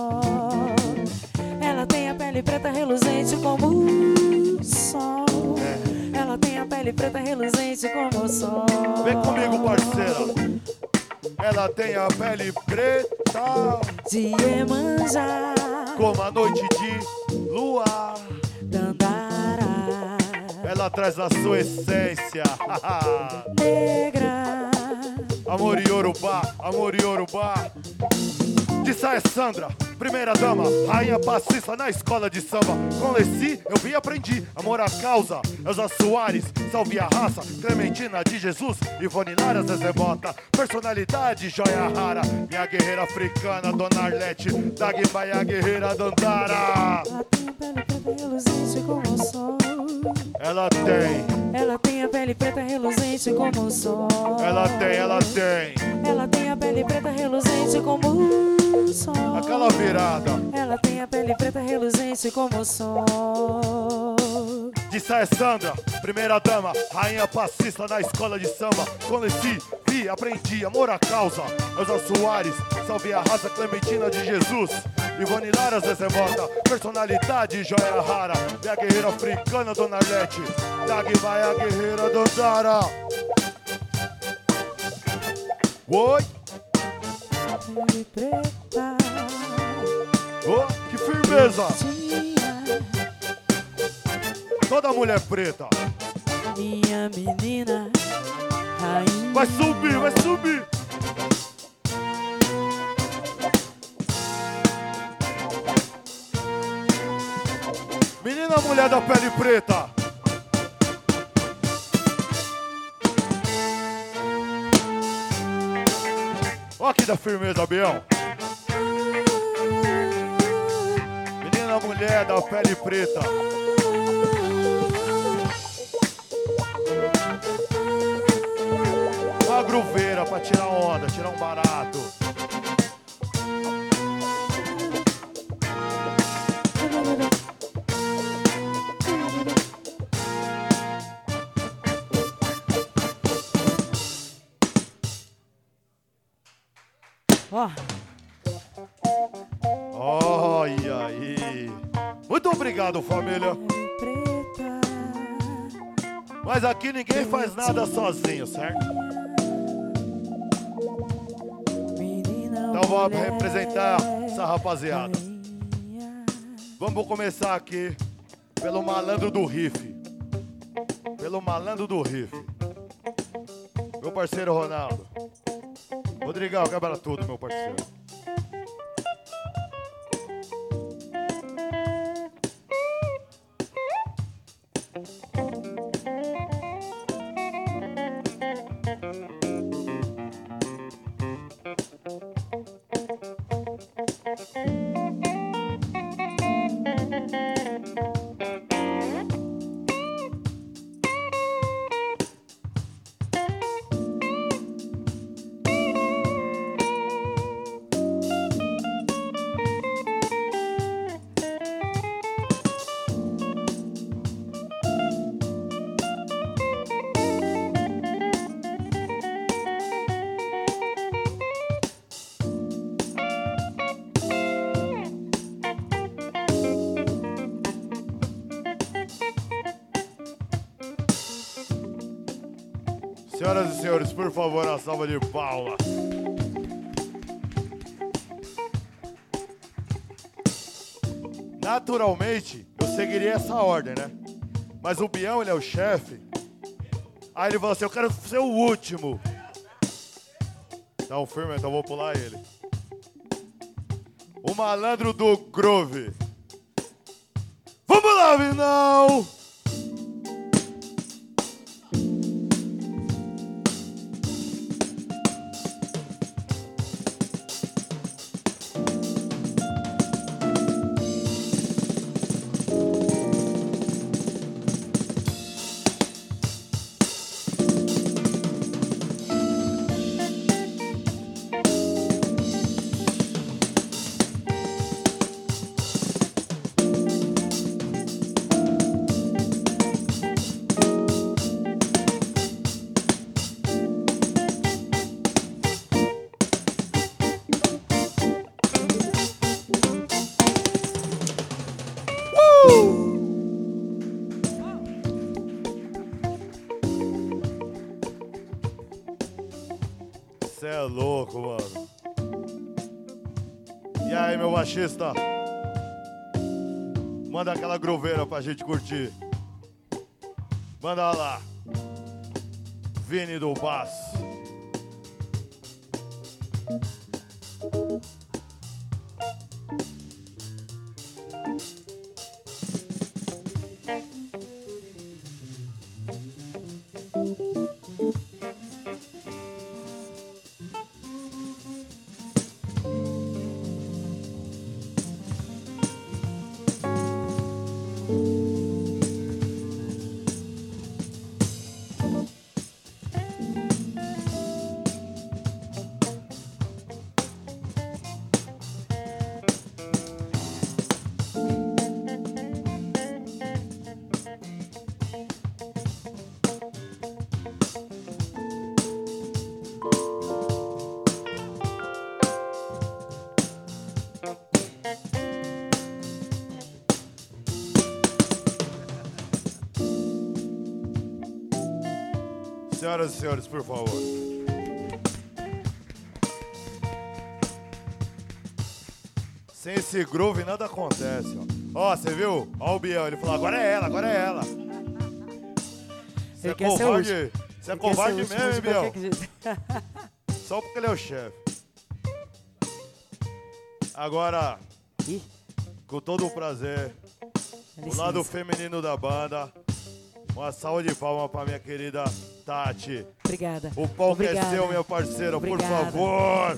Ela tem a pele preta reluzente como o sol. É. Ela tem a pele preta reluzente como o sol. Vem comigo, parceira. Ela tem a pele preta de Iemanjá, como a noite de luar. Dandara, ela traz a sua essência negra. Amor e Yorubá, amor e Yorubá. De Saia Sandra, primeira dama, rainha passista na escola de samba. Com Leci eu vi e aprendi, amor à causa. Elza Soares, salve a raça. Clementina de Jesus, Ivone Lara, Zezé Bota. Personalidade, joia rara. Minha guerreira africana, Dona Arlete. Dagmar, a guerreira Dandara. Ela tem a pele preta reluzente como o sol. Ela tem. Ela tem a pele preta reluzente como o sol. Ela tem, ela tem. Ela tem a pele preta reluzente como o sol. Aquela virada. Ela tem a pele preta reluzente como o sol. De Saia Sandra, primeira dama, rainha passista na escola de samba. Conheci, vi, aprendi, amor à causa. Elza Soares, salve a raça. Clementina de Jesus, Ivone Lara, Zezé Bota. Personalidade, joia rara. Minha guerreira africana, Dona Arlete. Dagmar, a guerreira Dandara. Oi. Pele preta. Oh, que firmeza. Dia, Toda mulher preta. minha menina, rainha. Vai subir, vai subir. Menina, mulher da pele preta. Ó aqui da firmeza, Bião. Menina, mulher da pele preta. Uma gruveira pra tirar onda, tirar um barato. Ó, Olha aí. Muito obrigado, família. pele preta. Mas aqui ninguém faz nada sozinho, certo? Menina, Então vou mulher, representar essa rapaziada. rainha. Vamos começar aqui pelo malandro do riff. Pelo malandro do riff. Meu parceiro Ronaldo. Rodrigão, quebra tudo, meu parceiro. Senhoras e senhores, por favor, uma salva de palmas. Naturalmente, eu seguiria essa ordem, né? Mas o Bião, ele é o chefe. Aí ele falou assim, eu quero ser o último. Então, firme, então eu vou pular ele. O malandro do Groove. Vamos lá, Vinão! Cê é louco, mano. E aí, meu baixista? Manda aquela groveira pra gente curtir. Manda lá. Vini do Bass. Senhoras e senhores, por favor. Sem esse groove nada acontece, ó. Ó, você viu? Ó o Biel, ele falou, agora é ela, agora é ela. Você é covarde, você é covarde mesmo, hein, Biel? Só porque ele é o chefe. Agora, Ih. com todo o prazer, o lado feminino da banda, uma salva de palmas pra minha querida Tati. Obrigada. O palco Obrigada. é seu, minha parceira, Obrigada. por favor.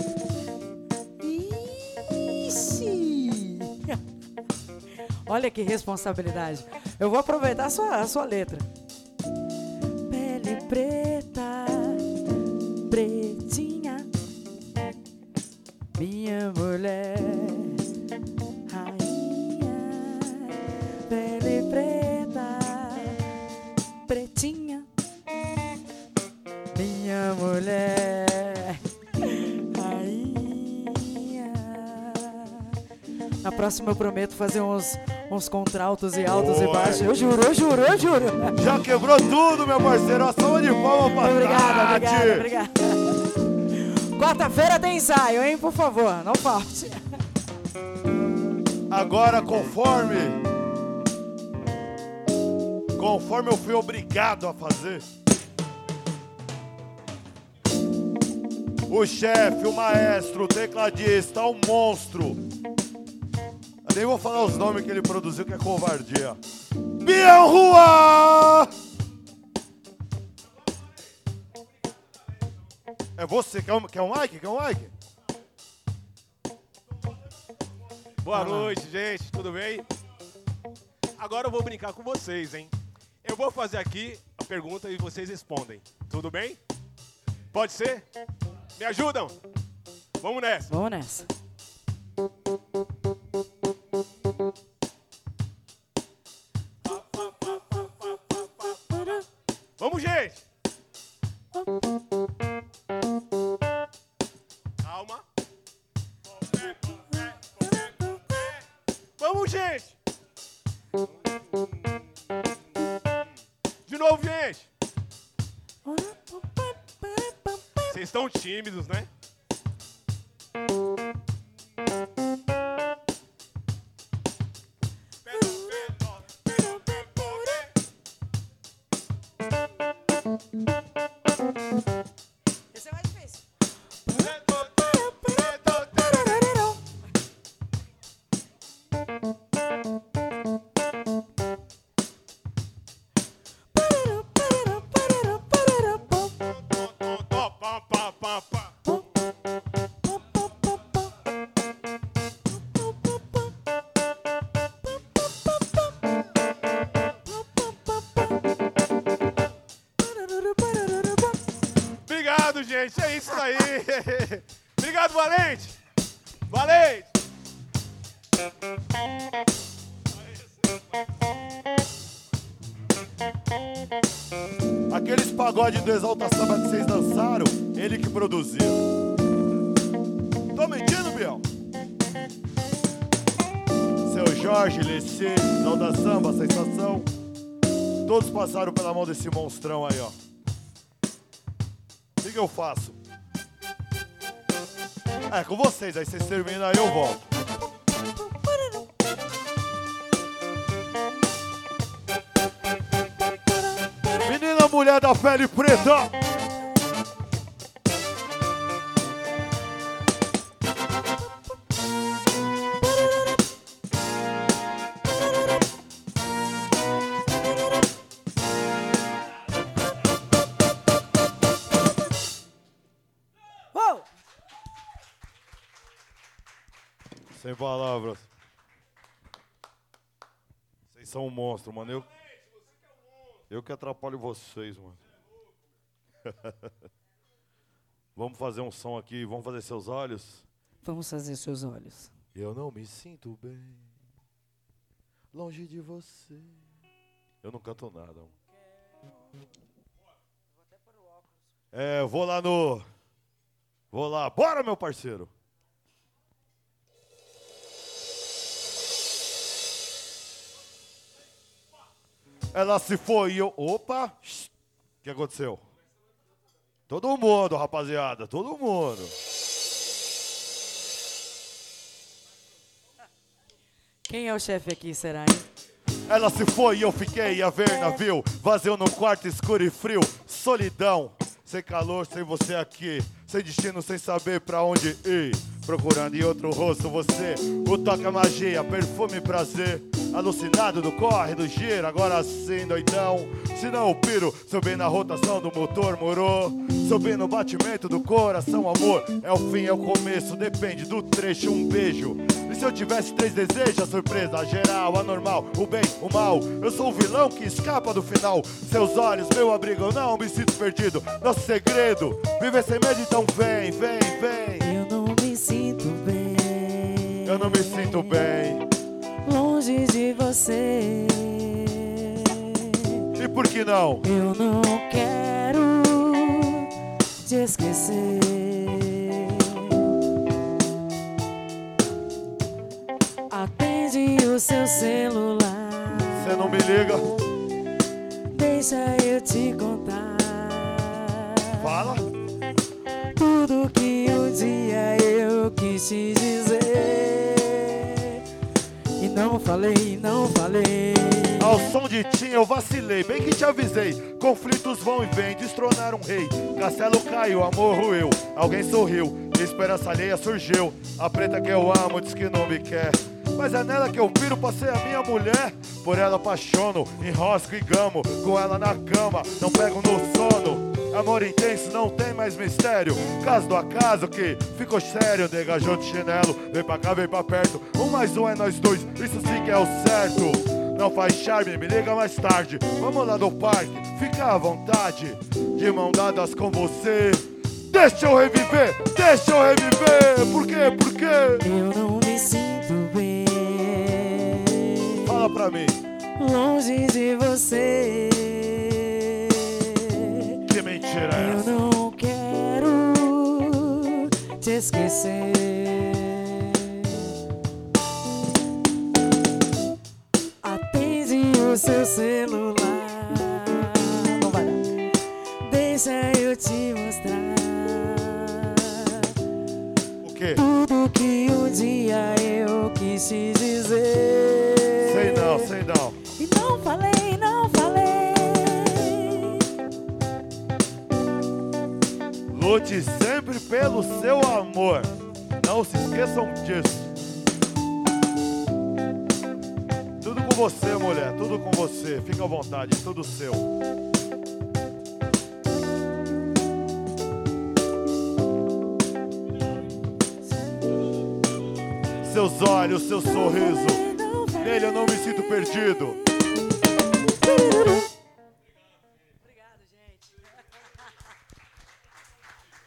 Ixi. Olha que responsabilidade. Eu vou aproveitar a sua, a sua letra. Pele preta, pretinha, minha mulher, rainha. Pele preta, pretinha, minha mulher, rainha. Na próxima eu prometo fazer uns, uns contraltos e altos Oi. e baixos. Eu juro, eu juro, eu juro. Já quebrou tudo, meu parceiro. A salva de palmas pra Obrigada, Tati. obrigada, obrigada. Quarta-feira tem ensaio, hein? Por favor, não falte. Agora, conforme... Conforme eu fui obrigado a fazer... O chefe, o maestro, o tecladista, o monstro. Eu nem vou falar os nomes que ele produziu, que é covardia. Biel Rua! É você, quer um, quer um mic? Quer um mic? Boa noite, gente, tudo bem? Agora eu vou brincar com vocês, hein? Eu vou fazer aqui a pergunta e vocês respondem. Tudo bem? Pode ser? Me ajudam? Vamos nessa. Vamos nessa. Vamos, gente! Calma. Vamos, gente! De novo, gente! Vocês estão tímidos, né? Esse é mais difícil. Obrigado, gente. É isso aí. Obrigado, Valente. Valente. Aqueles pagodes do Exalta Samba que vocês dançaram, ele que produziu. Tô mentindo, Biel? Seu Jorge, Leci, Exalta Samba, Sensação. Todos passaram pela mão desse monstrão aí, ó. O que, que eu faço? É, com vocês, aí vocês terminam, aí eu volto. Menina, mulher da pele preta. Sem palavras. Vocês são um monstro, mano. Eu, eu que atrapalho vocês, mano. Vamos fazer um som aqui. Vamos fazer seus olhos? Vamos fazer seus olhos. Eu não me sinto bem longe de você. Eu não canto nada. Mano. É, eu vou lá no... Vou lá. Bora, meu parceiro. Ela se foi e eu... Opa! O que aconteceu? Todo mundo, rapaziada. Todo mundo. Quem é o chefe aqui, será, hein? Ela se foi e eu fiquei a ver navio. Vazio no quarto escuro e frio. Solidão. Sem calor, sem você aqui. Sem destino, sem saber pra onde ir. Procurando em outro rosto você. O toca magia, perfume e prazer. Alucinado do corre, do giro. Agora sim, doidão. Se não o piro, subi na rotação do motor, morou. Subi no batimento do coração, amor. É o fim, é o começo, depende do trecho, um beijo. E se eu tivesse três desejos, a surpresa geral, anormal, o bem, o mal. Eu sou o vilão que escapa do final. Seus olhos, meu abrigo, eu não me sinto perdido. Nosso segredo, viver sem medo, então vem, vem, vem. Eu não me sinto bem. Eu não me sinto bem. Longe de você. E por que não? Eu não quero te esquecer. Atende o seu celular. Você não me liga? Deixa eu te contar. Fala. Tudo que um dia eu quis te dizer. E não falei, não falei. Ao som de Tim eu vacilei, bem que te avisei. Conflitos vão e vêm, destronar um rei. Castelo caiu, amor ruiu. Alguém sorriu, esperança alheia surgiu. A preta que eu amo diz que não me quer. Mas é nela que eu piro pra ser a minha mulher. Por ela apaixono, enrosco e gamo. Com ela na cama, não pego no sono. Amor intenso, não tem mais mistério. Caso do acaso que ficou sério. Degajou de chinelo, vem pra cá, vem pra perto. Um mais um é nós dois, isso sim que é o certo. Não faz charme, me liga mais tarde. Vamos lá no parque, fica à vontade. De mão dadas com você. Deixa eu reviver, deixa eu reviver. Por quê, por quê? Eu não me sinto bem. Fala pra mim. Longe de você. Que mentira é essa? Eu não quero te esquecer. Atende o seu celular. Não vai dar. Deixa eu te mostrar. O quê? Tudo que um dia eu quis te dizer. Sei não, sei não. E não falei, não falei. Lute sempre pelo seu amor. Não se esqueçam disso. Tudo com você, mulher. Tudo com você. Fica à vontade. Tudo seu. Seus olhos, seu sorriso. Nele eu não me sinto perdido. Obrigado, gente.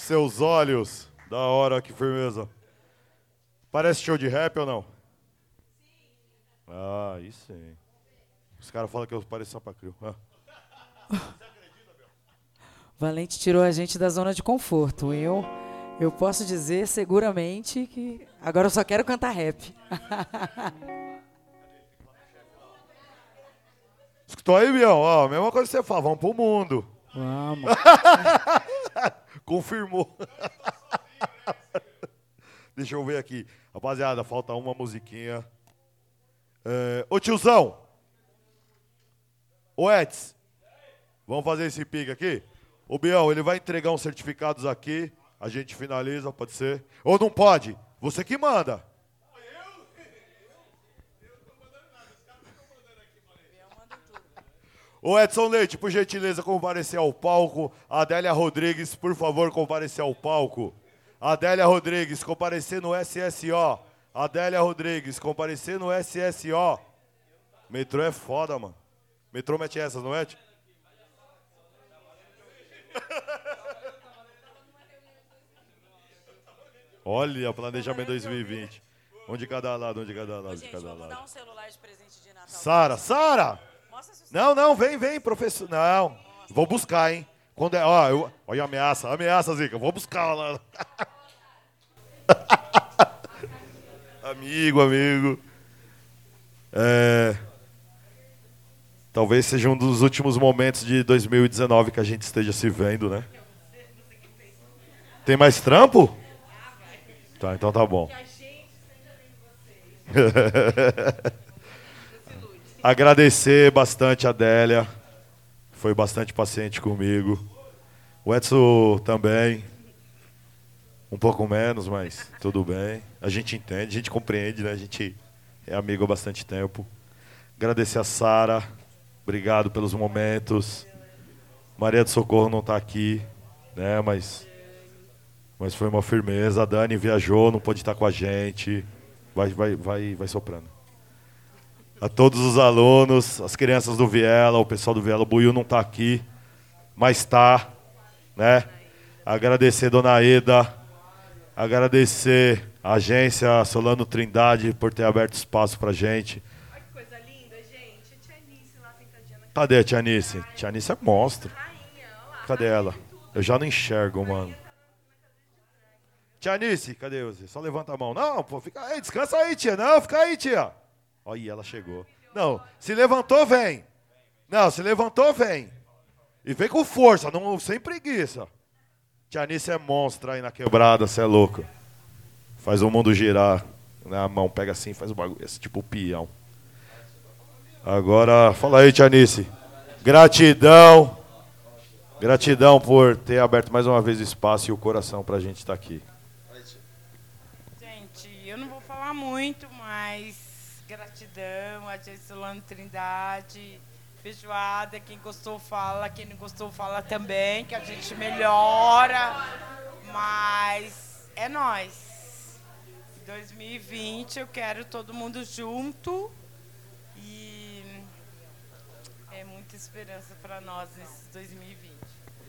seus olhos. Da hora, que firmeza. Parece show de rap ou não? Sim. Ah, isso sim. Os caras falam que eu pareço Sapacrio. Ah. Valente tirou a gente da zona de conforto. Eu, eu posso dizer seguramente que agora eu só quero cantar rap. Escutou aí, Bião? Ó, a mesma coisa que você fala, vamos pro mundo. Vamos. Confirmou. Deixa eu ver aqui. Rapaziada, falta uma musiquinha. É... Ô tiozão. Ô Eds. Vamos fazer esse pique aqui? Ô Bião, ele vai entregar uns certificados aqui. A gente finaliza, pode ser? Ou não pode? Você que manda. Ô Edson Leite, por gentileza, comparecer ao palco. Adélia Rodrigues, por favor, comparecer ao palco. Adélia Rodrigues, comparecer no S S O. Adélia Rodrigues, comparecer no S S O. Metrô é foda, mano. Metrô mete essas, não mete? Olha, planejamento dois mil e vinte. Um de cada lado, um de cada lado, Ô, de gente, cada vamos lado. dar um celular de presente de Natal. Sara, Sara! Não, não, vem, vem, professor. Não, vou buscar, hein? Quando é, ó, eu, olha a ameaça, ameaça, Zica, vou buscar lá. Amigo, amigo. É, talvez seja um dos últimos momentos de dois mil e dezenove que a gente esteja se vendo, né? Tem mais trampo? Tá, então tá bom. Agradecer bastante a Adélia. Foi bastante paciente comigo. O Edson também. Um pouco menos, mas tudo bem. A gente entende, a gente compreende, né? A gente é amigo há bastante tempo. Agradecer a Sara. Obrigado pelos momentos. Maria do Socorro não está aqui, né? Mas, mas foi uma firmeza. A Dani viajou, não pôde estar com a gente. Vai, vai, vai, vai soprando. A todos os alunos, as crianças do Viela, o pessoal do Viela, o Buiu não está aqui, mas está, né? Agradecer a Dona Eda, agradecer a agência Solano Trindade por ter aberto espaço pra gente. Olha que coisa linda, gente. A Tia Anice lá sentadinha na Cadê a Tia Anice? Tia Anice é monstro. Cadê ela? Eu já não enxergo, mano. Tia Anice, cadê você? Só levanta a mão. Não, pô, fica aí, descansa aí, tia. Não, fica aí, tia. Olha, ela chegou. Não, se levantou, vem. Não, se levantou, vem. E vem com força, não, sem preguiça. Tia Anice é monstro aí na quebrada, você é louco. Faz o mundo girar. Na mão, pega assim, faz o bagulho, esse tipo peão. Agora, fala aí, Tia Anice. Gratidão. Gratidão por ter aberto mais uma vez o espaço e o coração pra gente estar aqui. Gente, eu não vou falar muito, mas gratidão, a Tia Solano Trindade, feijoada, quem gostou fala, quem não gostou fala também, que a gente melhora, mas é nóis. Em dois mil e vinte eu quero todo mundo junto e é muita esperança para nós nesse dois mil e vinte.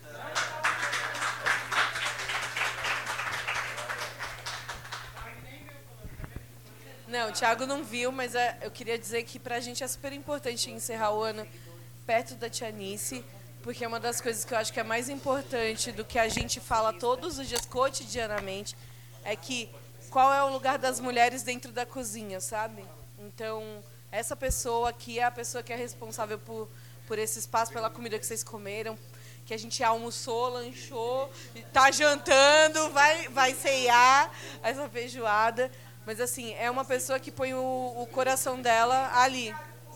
Não, o Thiago não viu, mas é, eu queria dizer que pra gente é super importante encerrar o ano perto da Tia Anice, porque é uma das coisas que eu acho que é mais importante do que a gente fala todos os dias, cotidianamente, é que qual é o lugar das mulheres dentro da cozinha, sabe? Então, essa pessoa aqui é a pessoa que é responsável por, por esse espaço, pela comida que vocês comeram, que a gente almoçou, lanchou, tá jantando, vai, vai ceiar essa feijoada. Mas, assim, é uma pessoa que põe o, o coração dela ali.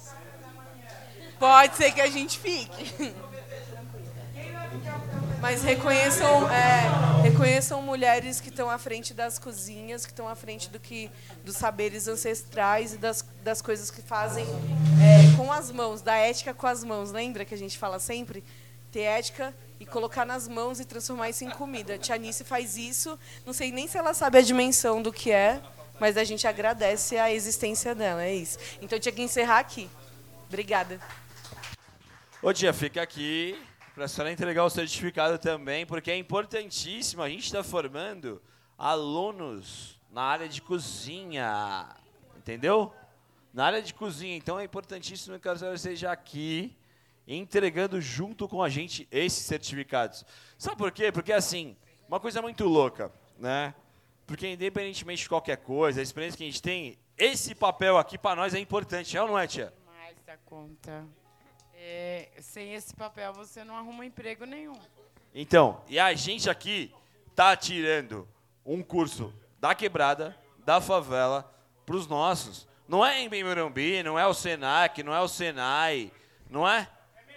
Pode ser que a gente fique. Mas reconheçam, é, reconheçam mulheres que estão à frente das cozinhas, que estão à frente do que, dos saberes ancestrais e das, das coisas que fazem é, com as mãos, da ética com as mãos. Lembra que a gente fala sempre? Ter ética e colocar nas mãos e transformar isso em comida. A Tia Anice faz isso, não sei nem se ela sabe a dimensão do que é, mas a gente agradece a existência dela, é isso. Então eu tinha que encerrar aqui. Obrigada. Ô tia, fica aqui, Para a senhora entregar o certificado também, porque é importantíssimo. A gente está formando alunos na área de cozinha, entendeu? Na área de cozinha. Então é importantíssimo que a senhora esteja aqui entregando junto com a gente esses certificados. Sabe por quê? Porque, assim, uma coisa muito louca, né? Porque independentemente de qualquer coisa, a experiência que a gente tem, esse papel aqui para nós é importante, é ou não é, tia? Mais da conta. É, sem esse papel você não arruma emprego nenhum. Então, e a gente aqui tá tirando um curso da quebrada, da favela, para os nossos. Não é em Morumbi, não é o Senac, não é o Senai, não é?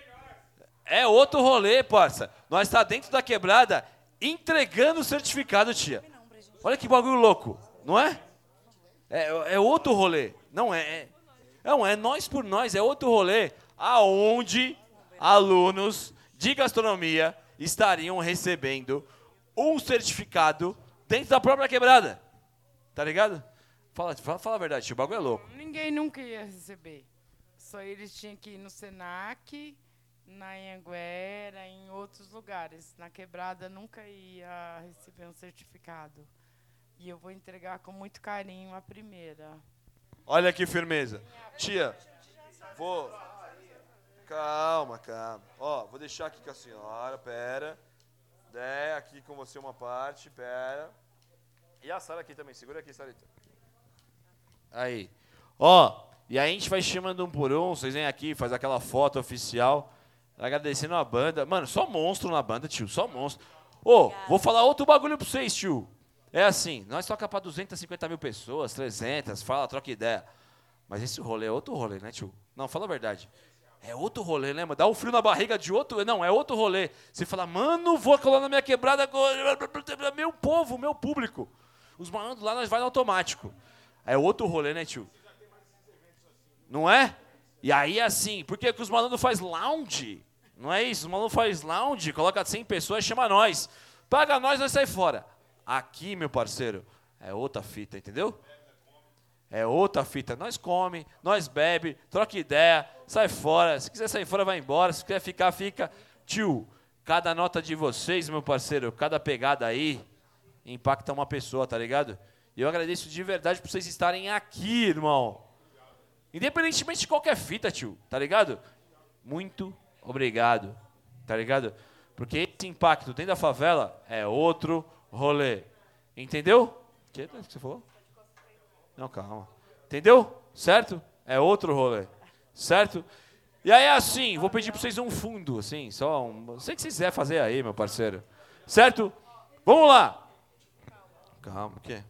É outro rolê, parça. Nós tá dentro da quebrada entregando o certificado, tia. Olha que bagulho louco, não é? É, é outro rolê. Não é, é. Não, é nós por nós, é outro rolê. Aonde alunos de gastronomia estariam recebendo um certificado dentro da própria quebrada. Tá ligado? Fala, fala, fala a verdade, tio, o bagulho é louco. Ninguém nunca ia receber. Só eles tinham que ir no Senac, na Anhanguera, em outros lugares. Na quebrada nunca ia receber um certificado. E eu vou entregar com muito carinho a primeira. Olha que firmeza. Tia, vou... Calma, calma. Ó, vou deixar aqui com a senhora, pera. É, aqui com você uma parte, pera. E a Sara aqui também, segura aqui, Sarita. Aí. Ó, e aí a gente vai chamando um por um, vocês vêm aqui, faz aquela foto oficial, agradecendo a banda. Mano, só monstro na banda, tio, só monstro. Ô, vou falar outro bagulho pra vocês, tio. É assim, nós toca pra duzentas e cinquenta mil pessoas, trezentas, fala, troca ideia. Mas esse rolê é outro rolê, né, tio? Não, fala a verdade. É outro rolê, lembra? Dá um frio na barriga de outro... Não, é outro rolê. Você fala, mano, vou colar na minha quebrada agora. Meu povo, meu público. Os malandros lá, nós vai no automático. É outro rolê, né, tio? Não é? E aí, assim, por que os malandros faz lounge? Não é isso? Os malandros faz lounge, coloca cem pessoas e chama nós. Paga nós, nós sai fora. Aqui, meu parceiro, é outra fita, entendeu? É outra fita. Nós come, nós bebe, troca ideia, sai fora. Se quiser sair fora, vai embora. Se quiser ficar, fica. Tio, cada nota de vocês, meu parceiro, cada pegada aí, impacta uma pessoa, tá ligado? E eu agradeço de verdade por vocês estarem aqui, irmão. Independentemente de qualquer fita, tio, tá ligado? Muito obrigado, tá ligado? Porque esse impacto dentro da favela é outro rolê. Entendeu? O que você falou? Não, calma. Entendeu? Certo? É outro rolê. Certo? E aí, assim, vou pedir pra vocês um fundo, assim, só um... Sei que vocês quiserem fazer aí, meu parceiro. Certo? Vamos lá. Calma, o quê?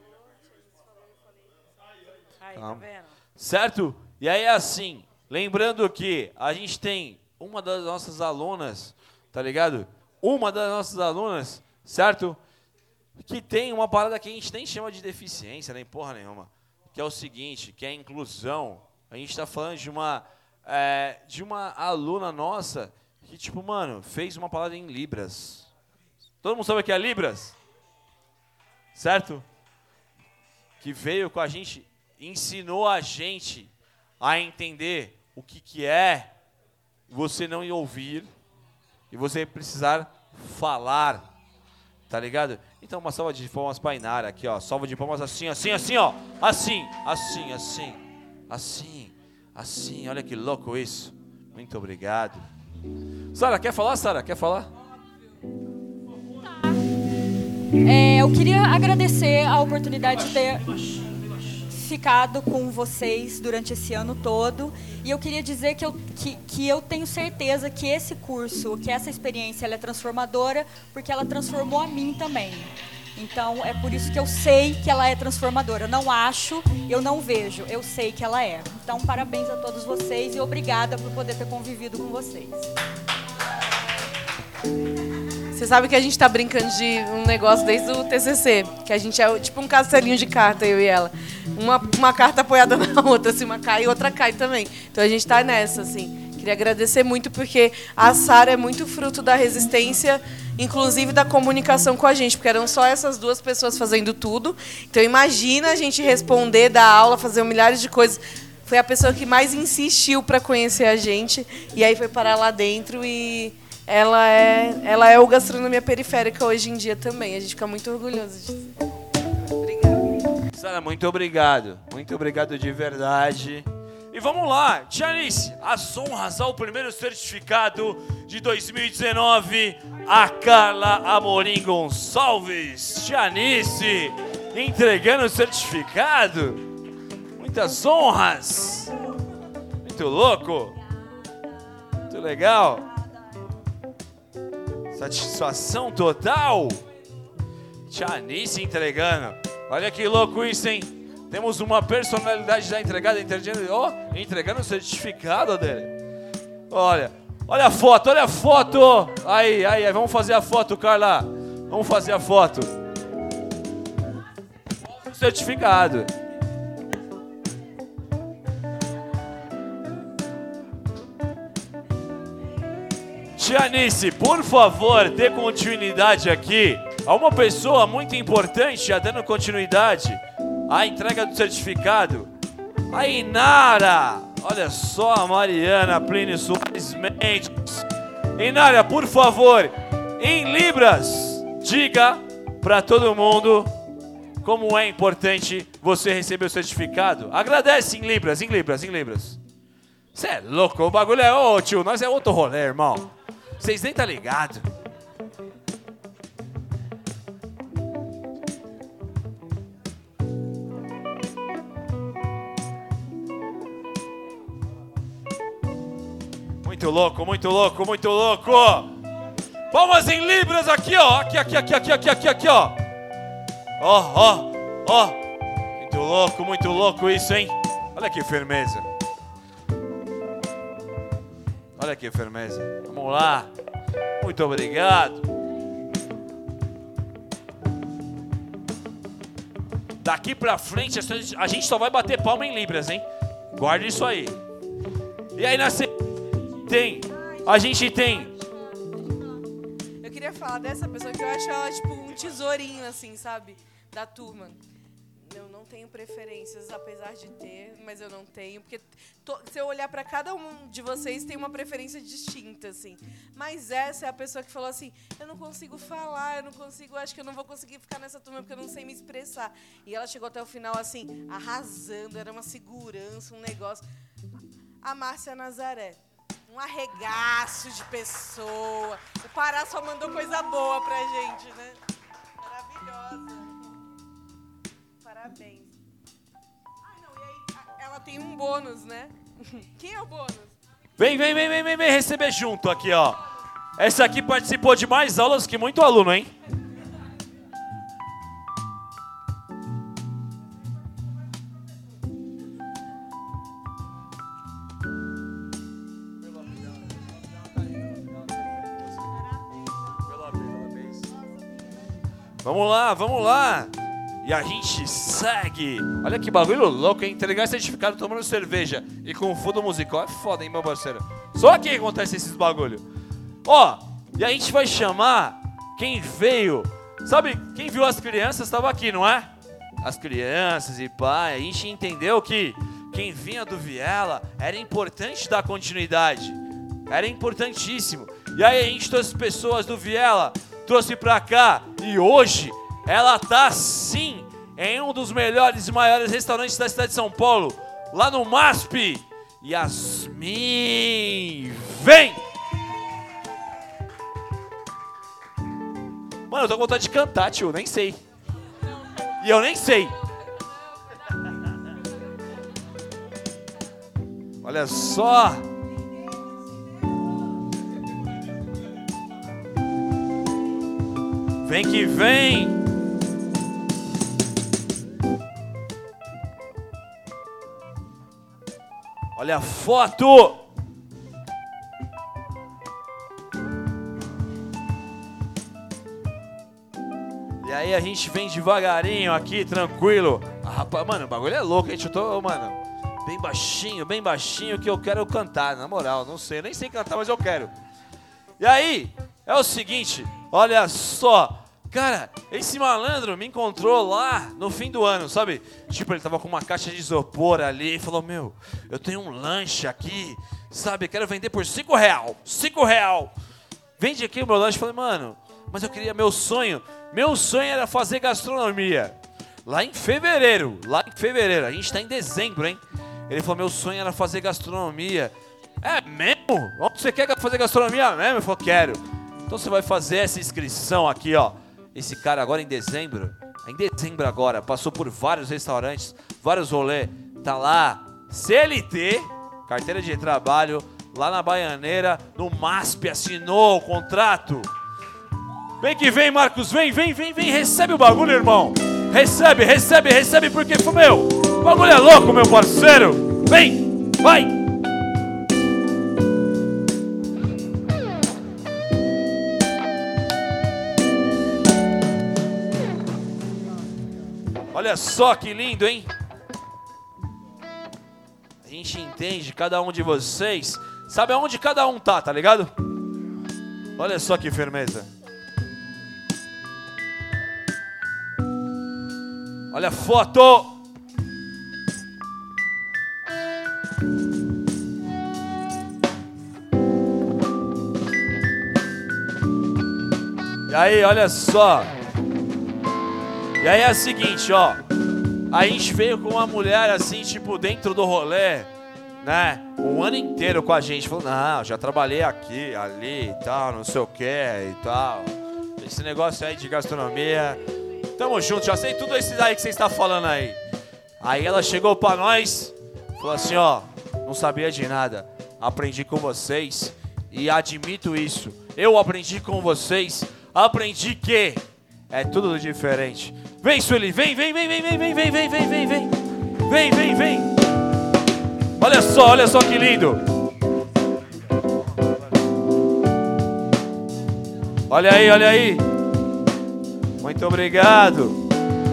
Calma. Certo? E aí, assim, lembrando que a gente tem uma das nossas alunas, tá ligado? Uma das nossas alunas, certo? Que tem uma parada que a gente nem chama de deficiência, nem porra nenhuma. Que é o seguinte, que é a inclusão. A gente tá falando de uma, é, de uma aluna nossa que, tipo, mano, fez uma parada em Libras. Todo mundo sabe o que é Libras? Certo? Que veio com a gente, ensinou a gente a entender o que, que é você não ouvir e você precisar falar. Tá ligado? Então, uma salva de palmas pra Inara aqui, ó. Salva de palmas assim, assim, assim, ó. Assim, assim, assim. Assim, assim. Olha que louco isso. Muito obrigado. Sara, quer falar, Sara? Quer falar? É, eu queria agradecer a oportunidade de ter ficado com vocês durante esse ano todo. E eu queria dizer que eu, que, que eu tenho certeza que esse curso, que essa experiência, ela é transformadora, porque ela transformou a mim também. Então, é por isso que eu sei que ela é transformadora. Eu não acho, eu não vejo, eu sei que ela é. Então, parabéns a todos vocês e obrigada por poder ter convivido com vocês. Você sabe que a gente tá brincando de um negócio desde o T C C, que a gente é tipo um castelinho de carta, eu e ela. Uma, uma carta apoiada na outra, assim, uma cai e outra cai também. Então a gente tá nessa, assim. Queria agradecer muito, porque a Sara é muito fruto da resistência, inclusive da comunicação com a gente, porque eram só essas duas pessoas fazendo tudo. Então imagina a gente responder, dar aula, fazer milhares de coisas. Foi a pessoa que mais insistiu para conhecer a gente, e aí foi parar lá dentro e... ela é, ela é o Gastronomia Periférica hoje em dia também. A gente fica muito orgulhoso disso. Obrigada. Sara, muito obrigado. Muito obrigado de verdade. E vamos lá, Tia Anice, as honras ao primeiro certificado de dois mil e dezenove, a Carla Amorim Gonçalves. Tia Anice, entregando o certificado. Muitas honras. Muito louco. Muito legal. Satisfação total. Tia Anice entregando. Olha que louco isso, hein? Temos uma personalidade já entregada, entregando, oh, entregando o certificado dele. Olha, olha a foto, olha a foto. Aí, aí, aí, vamos fazer a foto, Carla. Vamos fazer a foto. O certificado. Tia Anice, por favor, dê continuidade aqui a uma pessoa muito importante, já dando continuidade à entrega do certificado. A Inara, olha só a Mariana Plínio Soares Mendes. Inara, por favor, em libras, diga para todo mundo como é importante você receber o certificado. Agradece em libras, em libras, em libras. Você é louco, o bagulho é, ô tio, nós é outro rolê, irmão. Vocês nem tá ligado. Muito louco, muito louco, muito louco. Palmas em libras aqui, ó. Aqui, aqui, aqui, aqui, aqui, aqui, aqui, ó. Ó, ó, ó. Muito louco, muito louco isso, hein? Olha que firmeza. Olha que firmeza. Vamos lá. Muito obrigado. Daqui pra frente, a gente só vai bater palma em libras, hein? Guarda isso aí. E aí, na tem, a gente tem. Eu queria falar dessa pessoa que eu acho ela tipo um tesourinho, assim, sabe? Da turma. Eu não tenho preferências, apesar de ter, mas eu não tenho. Porque to, se eu olhar pra cada um de vocês, tem uma preferência distinta, assim. Mas essa é a pessoa que falou assim, eu não consigo falar, eu não consigo, acho que eu não vou conseguir ficar nessa turma porque eu não sei me expressar. E ela chegou até o final, assim, arrasando, era uma segurança, um negócio. A Márcia Nazaré. Um arregaço de pessoa. O Pará só mandou coisa boa pra gente, né? Maravilhosa. Parabéns. Ah, não, e aí ela tem um bônus, né? Quem é o bônus? Vem, vem, vem, vem, vem, vem receber junto aqui, ó. Essa aqui participou de mais aulas que muito aluno, hein? Vamos lá, vamos lá. E a gente segue. Olha que bagulho louco, hein? Entregar certificado tomando cerveja e com fundo musical é foda, hein, meu parceiro? Só aqui que acontece esses bagulho. Ó, e a gente vai chamar quem veio. Sabe, quem viu as crianças estava aqui, não é? As crianças e pai. A gente entendeu que quem vinha do Viela era importante dar continuidade. Era importantíssimo. E aí a gente trouxe pessoas do Viela, trouxe pra cá. E hoje ela tá sim em um dos melhores e maiores restaurantes da cidade de São Paulo, lá no M A S P. Yasmin, vem! Mano, eu tô com vontade de cantar, tio, nem sei. E eu nem sei. Olha só. Vem que vem. Olha a foto. E aí a gente vem devagarinho aqui, tranquilo. Ah, rapaz, mano, o bagulho é louco, a gente tô, mano, bem baixinho, bem baixinho que eu quero cantar, na moral, não sei, nem sei cantar, mas eu quero. E aí, é o seguinte, olha só. Cara, esse malandro me encontrou lá no fim do ano, sabe? Tipo, ele tava com uma caixa de isopor ali e falou, meu, eu tenho um lanche aqui, sabe? Quero vender por cinco real, cinco real. vende aqui o meu lanche. Eu falei, mano, mas eu queria meu sonho. Meu sonho era fazer gastronomia. Lá em fevereiro, lá em fevereiro. A gente tá em dezembro, hein? Ele falou, meu sonho era fazer gastronomia. É mesmo? Onde você quer fazer gastronomia mesmo? Eu falei, quero. Então você vai fazer essa inscrição aqui, ó. Esse cara agora em dezembro, em dezembro agora, passou por vários restaurantes, vários rolês. Tá lá, C L T, carteira de trabalho, lá na Baianeira, no M A S P, assinou o contrato. Vem que vem, Marcos, vem, vem, vem, vem, recebe o bagulho, irmão. Recebe, recebe, recebe, porque, meu, o bagulho é louco, meu parceiro. Vem, vai. Olha só que lindo, hein? A gente entende, cada um de vocês sabe aonde cada um tá, tá ligado? Olha só que firmeza. Olha a foto. E aí, olha só. E aí é o seguinte, ó. A gente veio com uma mulher assim, tipo, dentro do rolê, né? Um ano inteiro com a gente. Falou, não, já trabalhei aqui, ali e tal, não sei o que e tal. Esse negócio aí de gastronomia. Tamo junto, já sei tudo isso aí que você está falando aí. Aí ela chegou pra nós, falou assim, ó, não sabia de nada. Aprendi com vocês e admito isso. Eu aprendi com vocês, aprendi que é tudo diferente. Vem, Sueli, vem, vem, vem, vem, vem, vem, vem, vem, vem, vem, vem. Vem, vem, vem. Olha só, olha só que lindo. Olha aí, olha aí. Muito obrigado.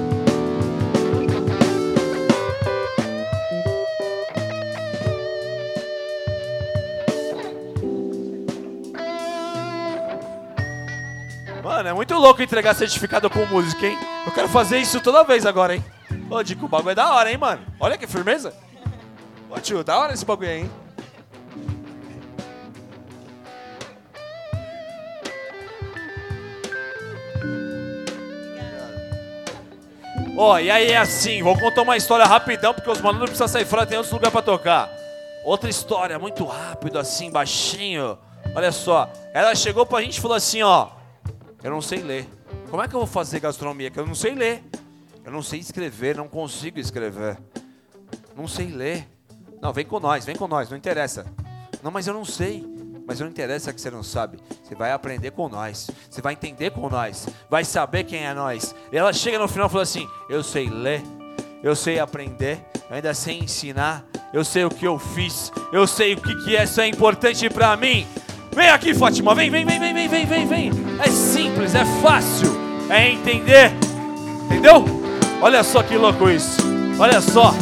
Mano, é muito louco entregar certificado com música, hein? Eu quero fazer isso toda vez agora, hein? Ô, Dico, o bagulho é da hora, hein, mano? Olha que firmeza. Ô, tio, da hora esse bagulho aí, hein? Ó, oh, e aí é assim, vou contar uma história rapidão, porque os malucos não precisam sair fora, tem outros lugares pra tocar. Outra história, muito rápido, assim, baixinho. Olha só, ela chegou pra gente e falou assim, ó, eu não sei ler. Como é que eu vou fazer gastronomia? Que eu não sei ler. Eu não sei escrever, não consigo escrever. Não sei ler. Não, vem com nós, vem com nós, não interessa. Não, mas eu não sei. Mas não interessa que você não sabe. Você vai aprender com nós. Você vai entender com nós. Vai saber quem é nós. E ela chega no final e fala assim, eu sei ler. Eu sei aprender. Eu ainda sei ensinar. Eu sei o que eu fiz. Eu sei o que, que é, isso é importante pra mim. Vem aqui, Fátima. Vem, vem, vem, vem, vem, vem, vem, vem. É simples, é fácil. É entender. Entendeu? Olha só que louco isso. Olha só.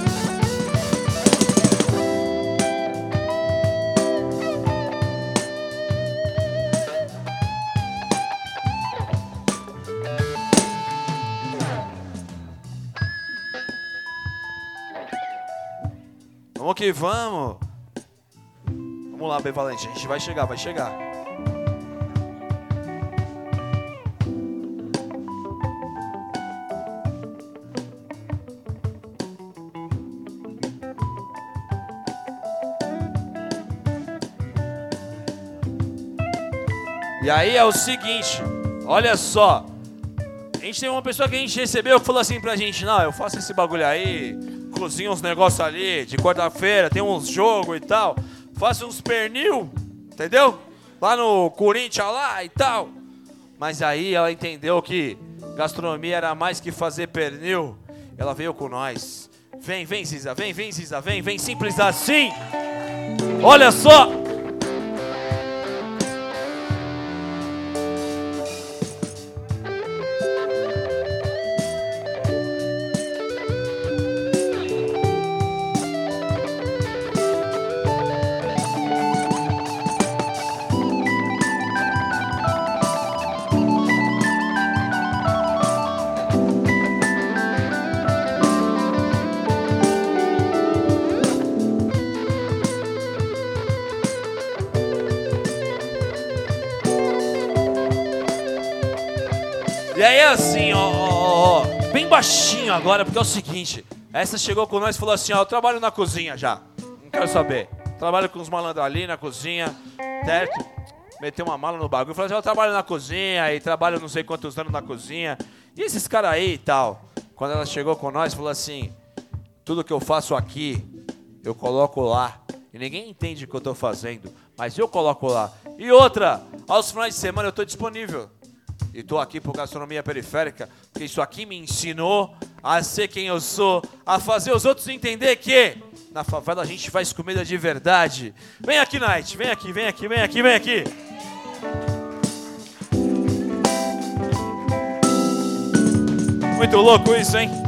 Vamos que vamos. Vamos lá, Bevalente. A gente vai chegar, vai chegar. E aí é o seguinte, olha só. A gente tem uma pessoa que a gente recebeu que falou assim pra gente, não, eu faço esse bagulho aí, cozinho uns negócios ali, de quarta-feira, tem uns jogos e tal, faço uns pernil, entendeu? Lá no Corinthians lá e tal. Mas aí ela entendeu que gastronomia era mais que fazer pernil. Ela veio com nós. Vem, vem, Ziza, vem, vem, Ziza, vem, vem, simples assim. Olha só. assim, ó, ó, ó, bem baixinho agora, porque é o seguinte, essa chegou com nós e falou assim, ó, eu trabalho na cozinha já, não quero saber. Trabalho com os malandros ali na cozinha, certo? Meteu uma mala no bagulho, falou assim, eu trabalho na cozinha e trabalho não sei quantos anos na cozinha. E esses caras aí e tal, quando ela chegou com nós, falou assim, tudo que eu faço aqui, eu coloco lá. E ninguém entende o que eu tô fazendo, mas eu coloco lá. E outra, aos finais de semana eu tô disponível. E tô aqui por Gastronomia Periférica, porque isso aqui me ensinou a ser quem eu sou, a fazer os outros entender que na favela a gente faz comida de verdade. Vem aqui, Night, vem aqui, vem aqui, vem aqui, vem aqui. Muito louco isso, hein?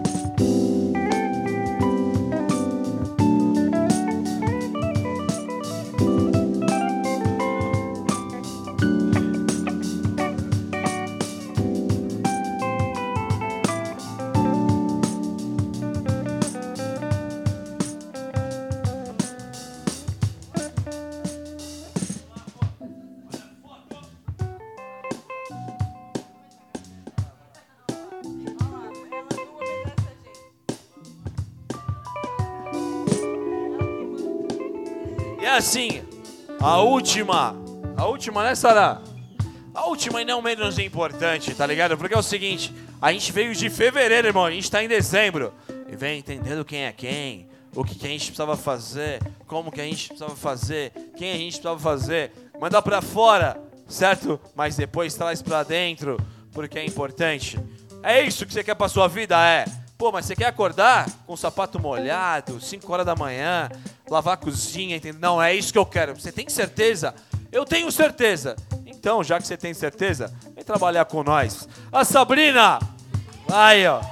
Assim, a última, a última, né, Sara? A última e não menos importante, tá ligado? Porque é o seguinte, a gente veio de fevereiro, irmão, a gente tá em dezembro. E vem entendendo quem é quem, o que, que a gente precisava fazer, como que a gente precisava fazer, quem a gente precisava fazer. Manda pra fora, certo? Mas depois traz pra dentro, porque é importante. É isso que você quer pra sua vida, é? Pô, mas você quer acordar com o sapato molhado, cinco horas da manhã, lavar a cozinha, entendeu? Não, é isso que eu quero. Você tem certeza? Eu tenho certeza. Então, já que você tem certeza, vem trabalhar com nós. A Sabrina! Aí, ó.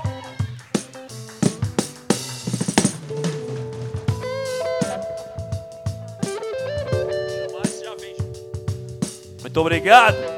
Muito obrigado.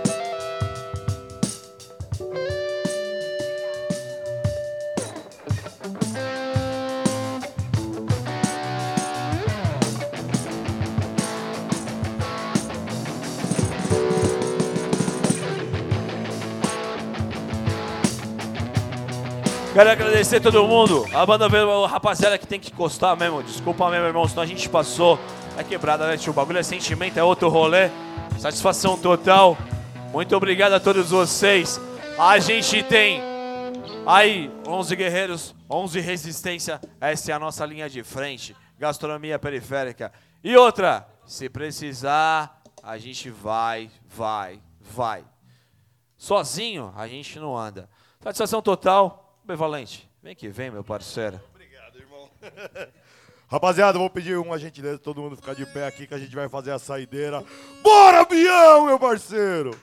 Quero agradecer a todo mundo, a banda, a rapaziada que tem que encostar mesmo, desculpa mesmo, irmão, senão a gente passou, é quebrada, né, tio? O bagulho é sentimento, é outro rolê, satisfação total, muito obrigado a todos vocês. A gente tem aí onze guerreiros, onze resistência, essa é a nossa linha de frente, Gastronomia Periférica. E outra, se precisar, a gente vai, vai, vai. Sozinho, a gente não anda. Satisfação total. Bevalente, vem que vem, meu parceiro. Obrigado, irmão. Rapaziada, vou pedir uma gentileza, todo mundo ficar de pé aqui que a gente vai fazer a saideira. Bora, Bião, meu parceiro!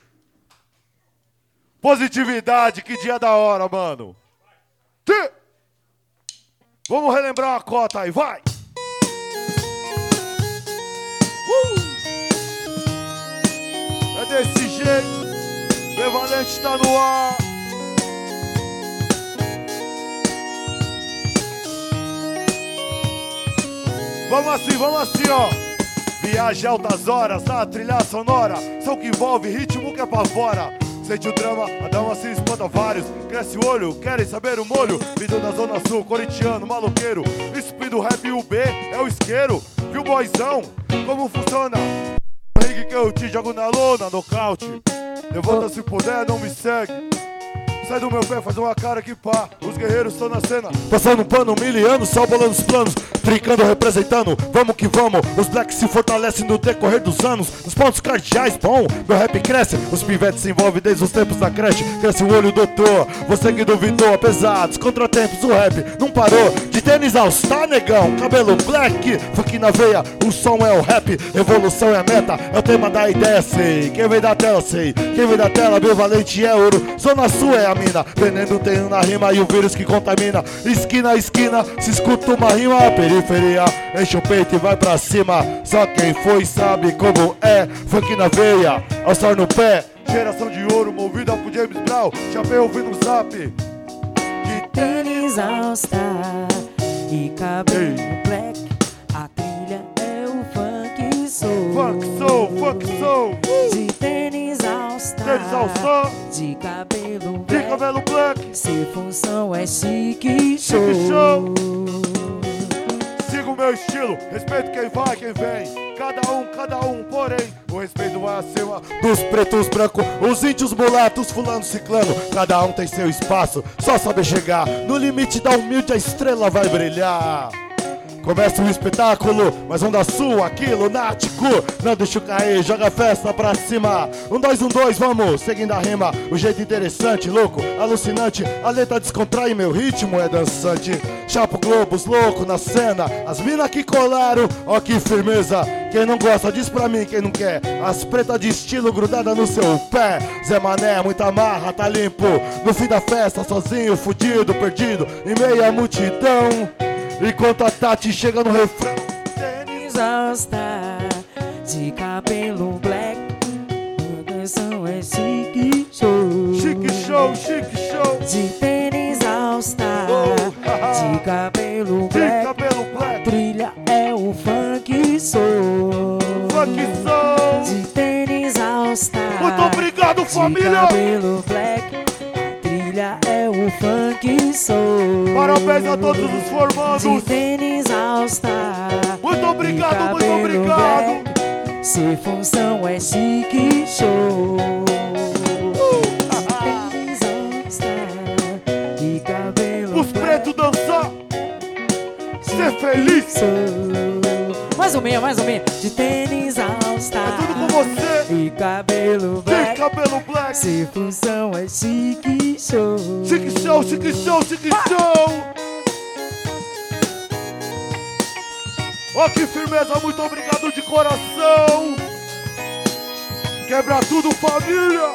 Positividade, que dia da hora, mano. Tê. Vamos relembrar a cota aí, vai! Uh. É desse jeito, Bevalente tá no ar. Vamos assim, vamos assim, ó. Viagem altas horas, na trilha sonora. Som que envolve ritmo que apavora. Sente o drama, a dama se espanta vários. Cresce o olho, querem saber o molho. Vindo da zona sul, corintiano, maloqueiro. Speed do rap, o B é o isqueiro. Viu, boizão, como funciona? O ringue que eu te jogo na lona, nocaute. Levanta se puder, não me segue. Sai do meu pé, faz uma cara que pá. Os guerreiros estão na cena, passando um pano, miliano, só bolando os planos. Trincando, representando, vamos que vamos. Os blacks se fortalecem no decorrer dos anos. Nos pontos cardeais, bom, meu rap cresce. Os pivetes se envolvem desde os tempos da creche. Cresce o olho, doutor, você que duvidou. Pesados, contratempos, o rap não parou. De tênis ao star, negão, cabelo black. Funk na veia, o som é o rap. Evolução é a meta, é o tema da ideia, sei. Quem vem da tela, sei. Quem vem da tela, meu valente é ouro. Zona sul é a mina, veneno tem na rima e o vírus que contamina. Esquina a esquina, se escuta uma rima. Periferia, enche o peito e vai pra cima. Só quem foi sabe como é. Funk na veia, ao star no pé. Geração de ouro, movida por James Brown. Chapéu ouvindo o zap. De Tênis All Star e cabelo black. A trilha é o funk soul. Funk soul, funk soul. De tênis All Star Tênis Alçã. De cabelo De black. cabelo black. Se função é chique show. Chique show. Siga o meu estilo, respeito quem vai, quem vem. Cada um, cada um, porém, o respeito vai acima dos pretos, brancos, os índios, mulatos, fulano, ciclano. Cada um tem seu espaço, só saber chegar. No limite da humilde a estrela vai brilhar. Começa o espetáculo, mais um da sua, aqui, lunático. Não deixa eu cair, joga a festa pra cima. Um, dois, um, dois, vamos, seguindo a rima. O jeito interessante, louco, alucinante. A letra descontrai, meu ritmo é dançante. Chapo Globos, louco na cena. As minas que colaram, ó que firmeza. Quem não gosta, diz pra mim, quem não quer. As pretas de estilo grudada no seu pé. Zé Mané, muita marra, tá limpo. No fim da festa, sozinho, fudido, perdido, em meio à multidão. Enquanto a Tati chega no refrão. Tênis All Star, de cabelo black. A canção é chique show. Chique show, chique show. De tênis All Star, Uh, de cabelo de black. cabelo A black. trilha é o funk soul. Funk soul. De tênis All Star, Muito obrigado, de família. cabelo black. A trilha é o funk soul. Parabéns a todos os De formandos. tênis All Star. Muito obrigado, de muito cabelo obrigado. black. Se função é chique show. Tênis All Star, de cabelo Os pretos dançar. Ser feliz. black. Mais ou menos, mais ou menos. De tênis All Star. É tudo com você. E cabelo De black. cabelo black. Se função é chique show. Chique show, chique show, chique show. Ó que firmeza, muito obrigado de coração. Quebra tudo, família.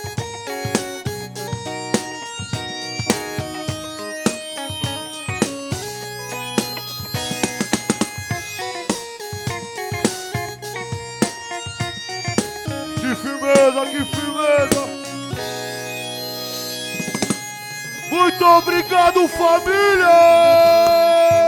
Que firmeza, que firmeza. Muito obrigado, família!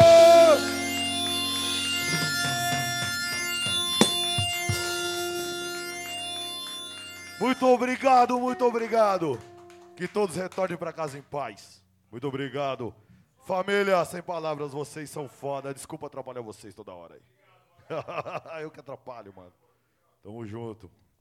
Muito obrigado, muito obrigado. Que todos retornem para casa em paz. Muito obrigado. Família, sem palavras, vocês são foda. Desculpa atrapalhar vocês toda hora aí. Eu que atrapalho, mano. Tamo junto.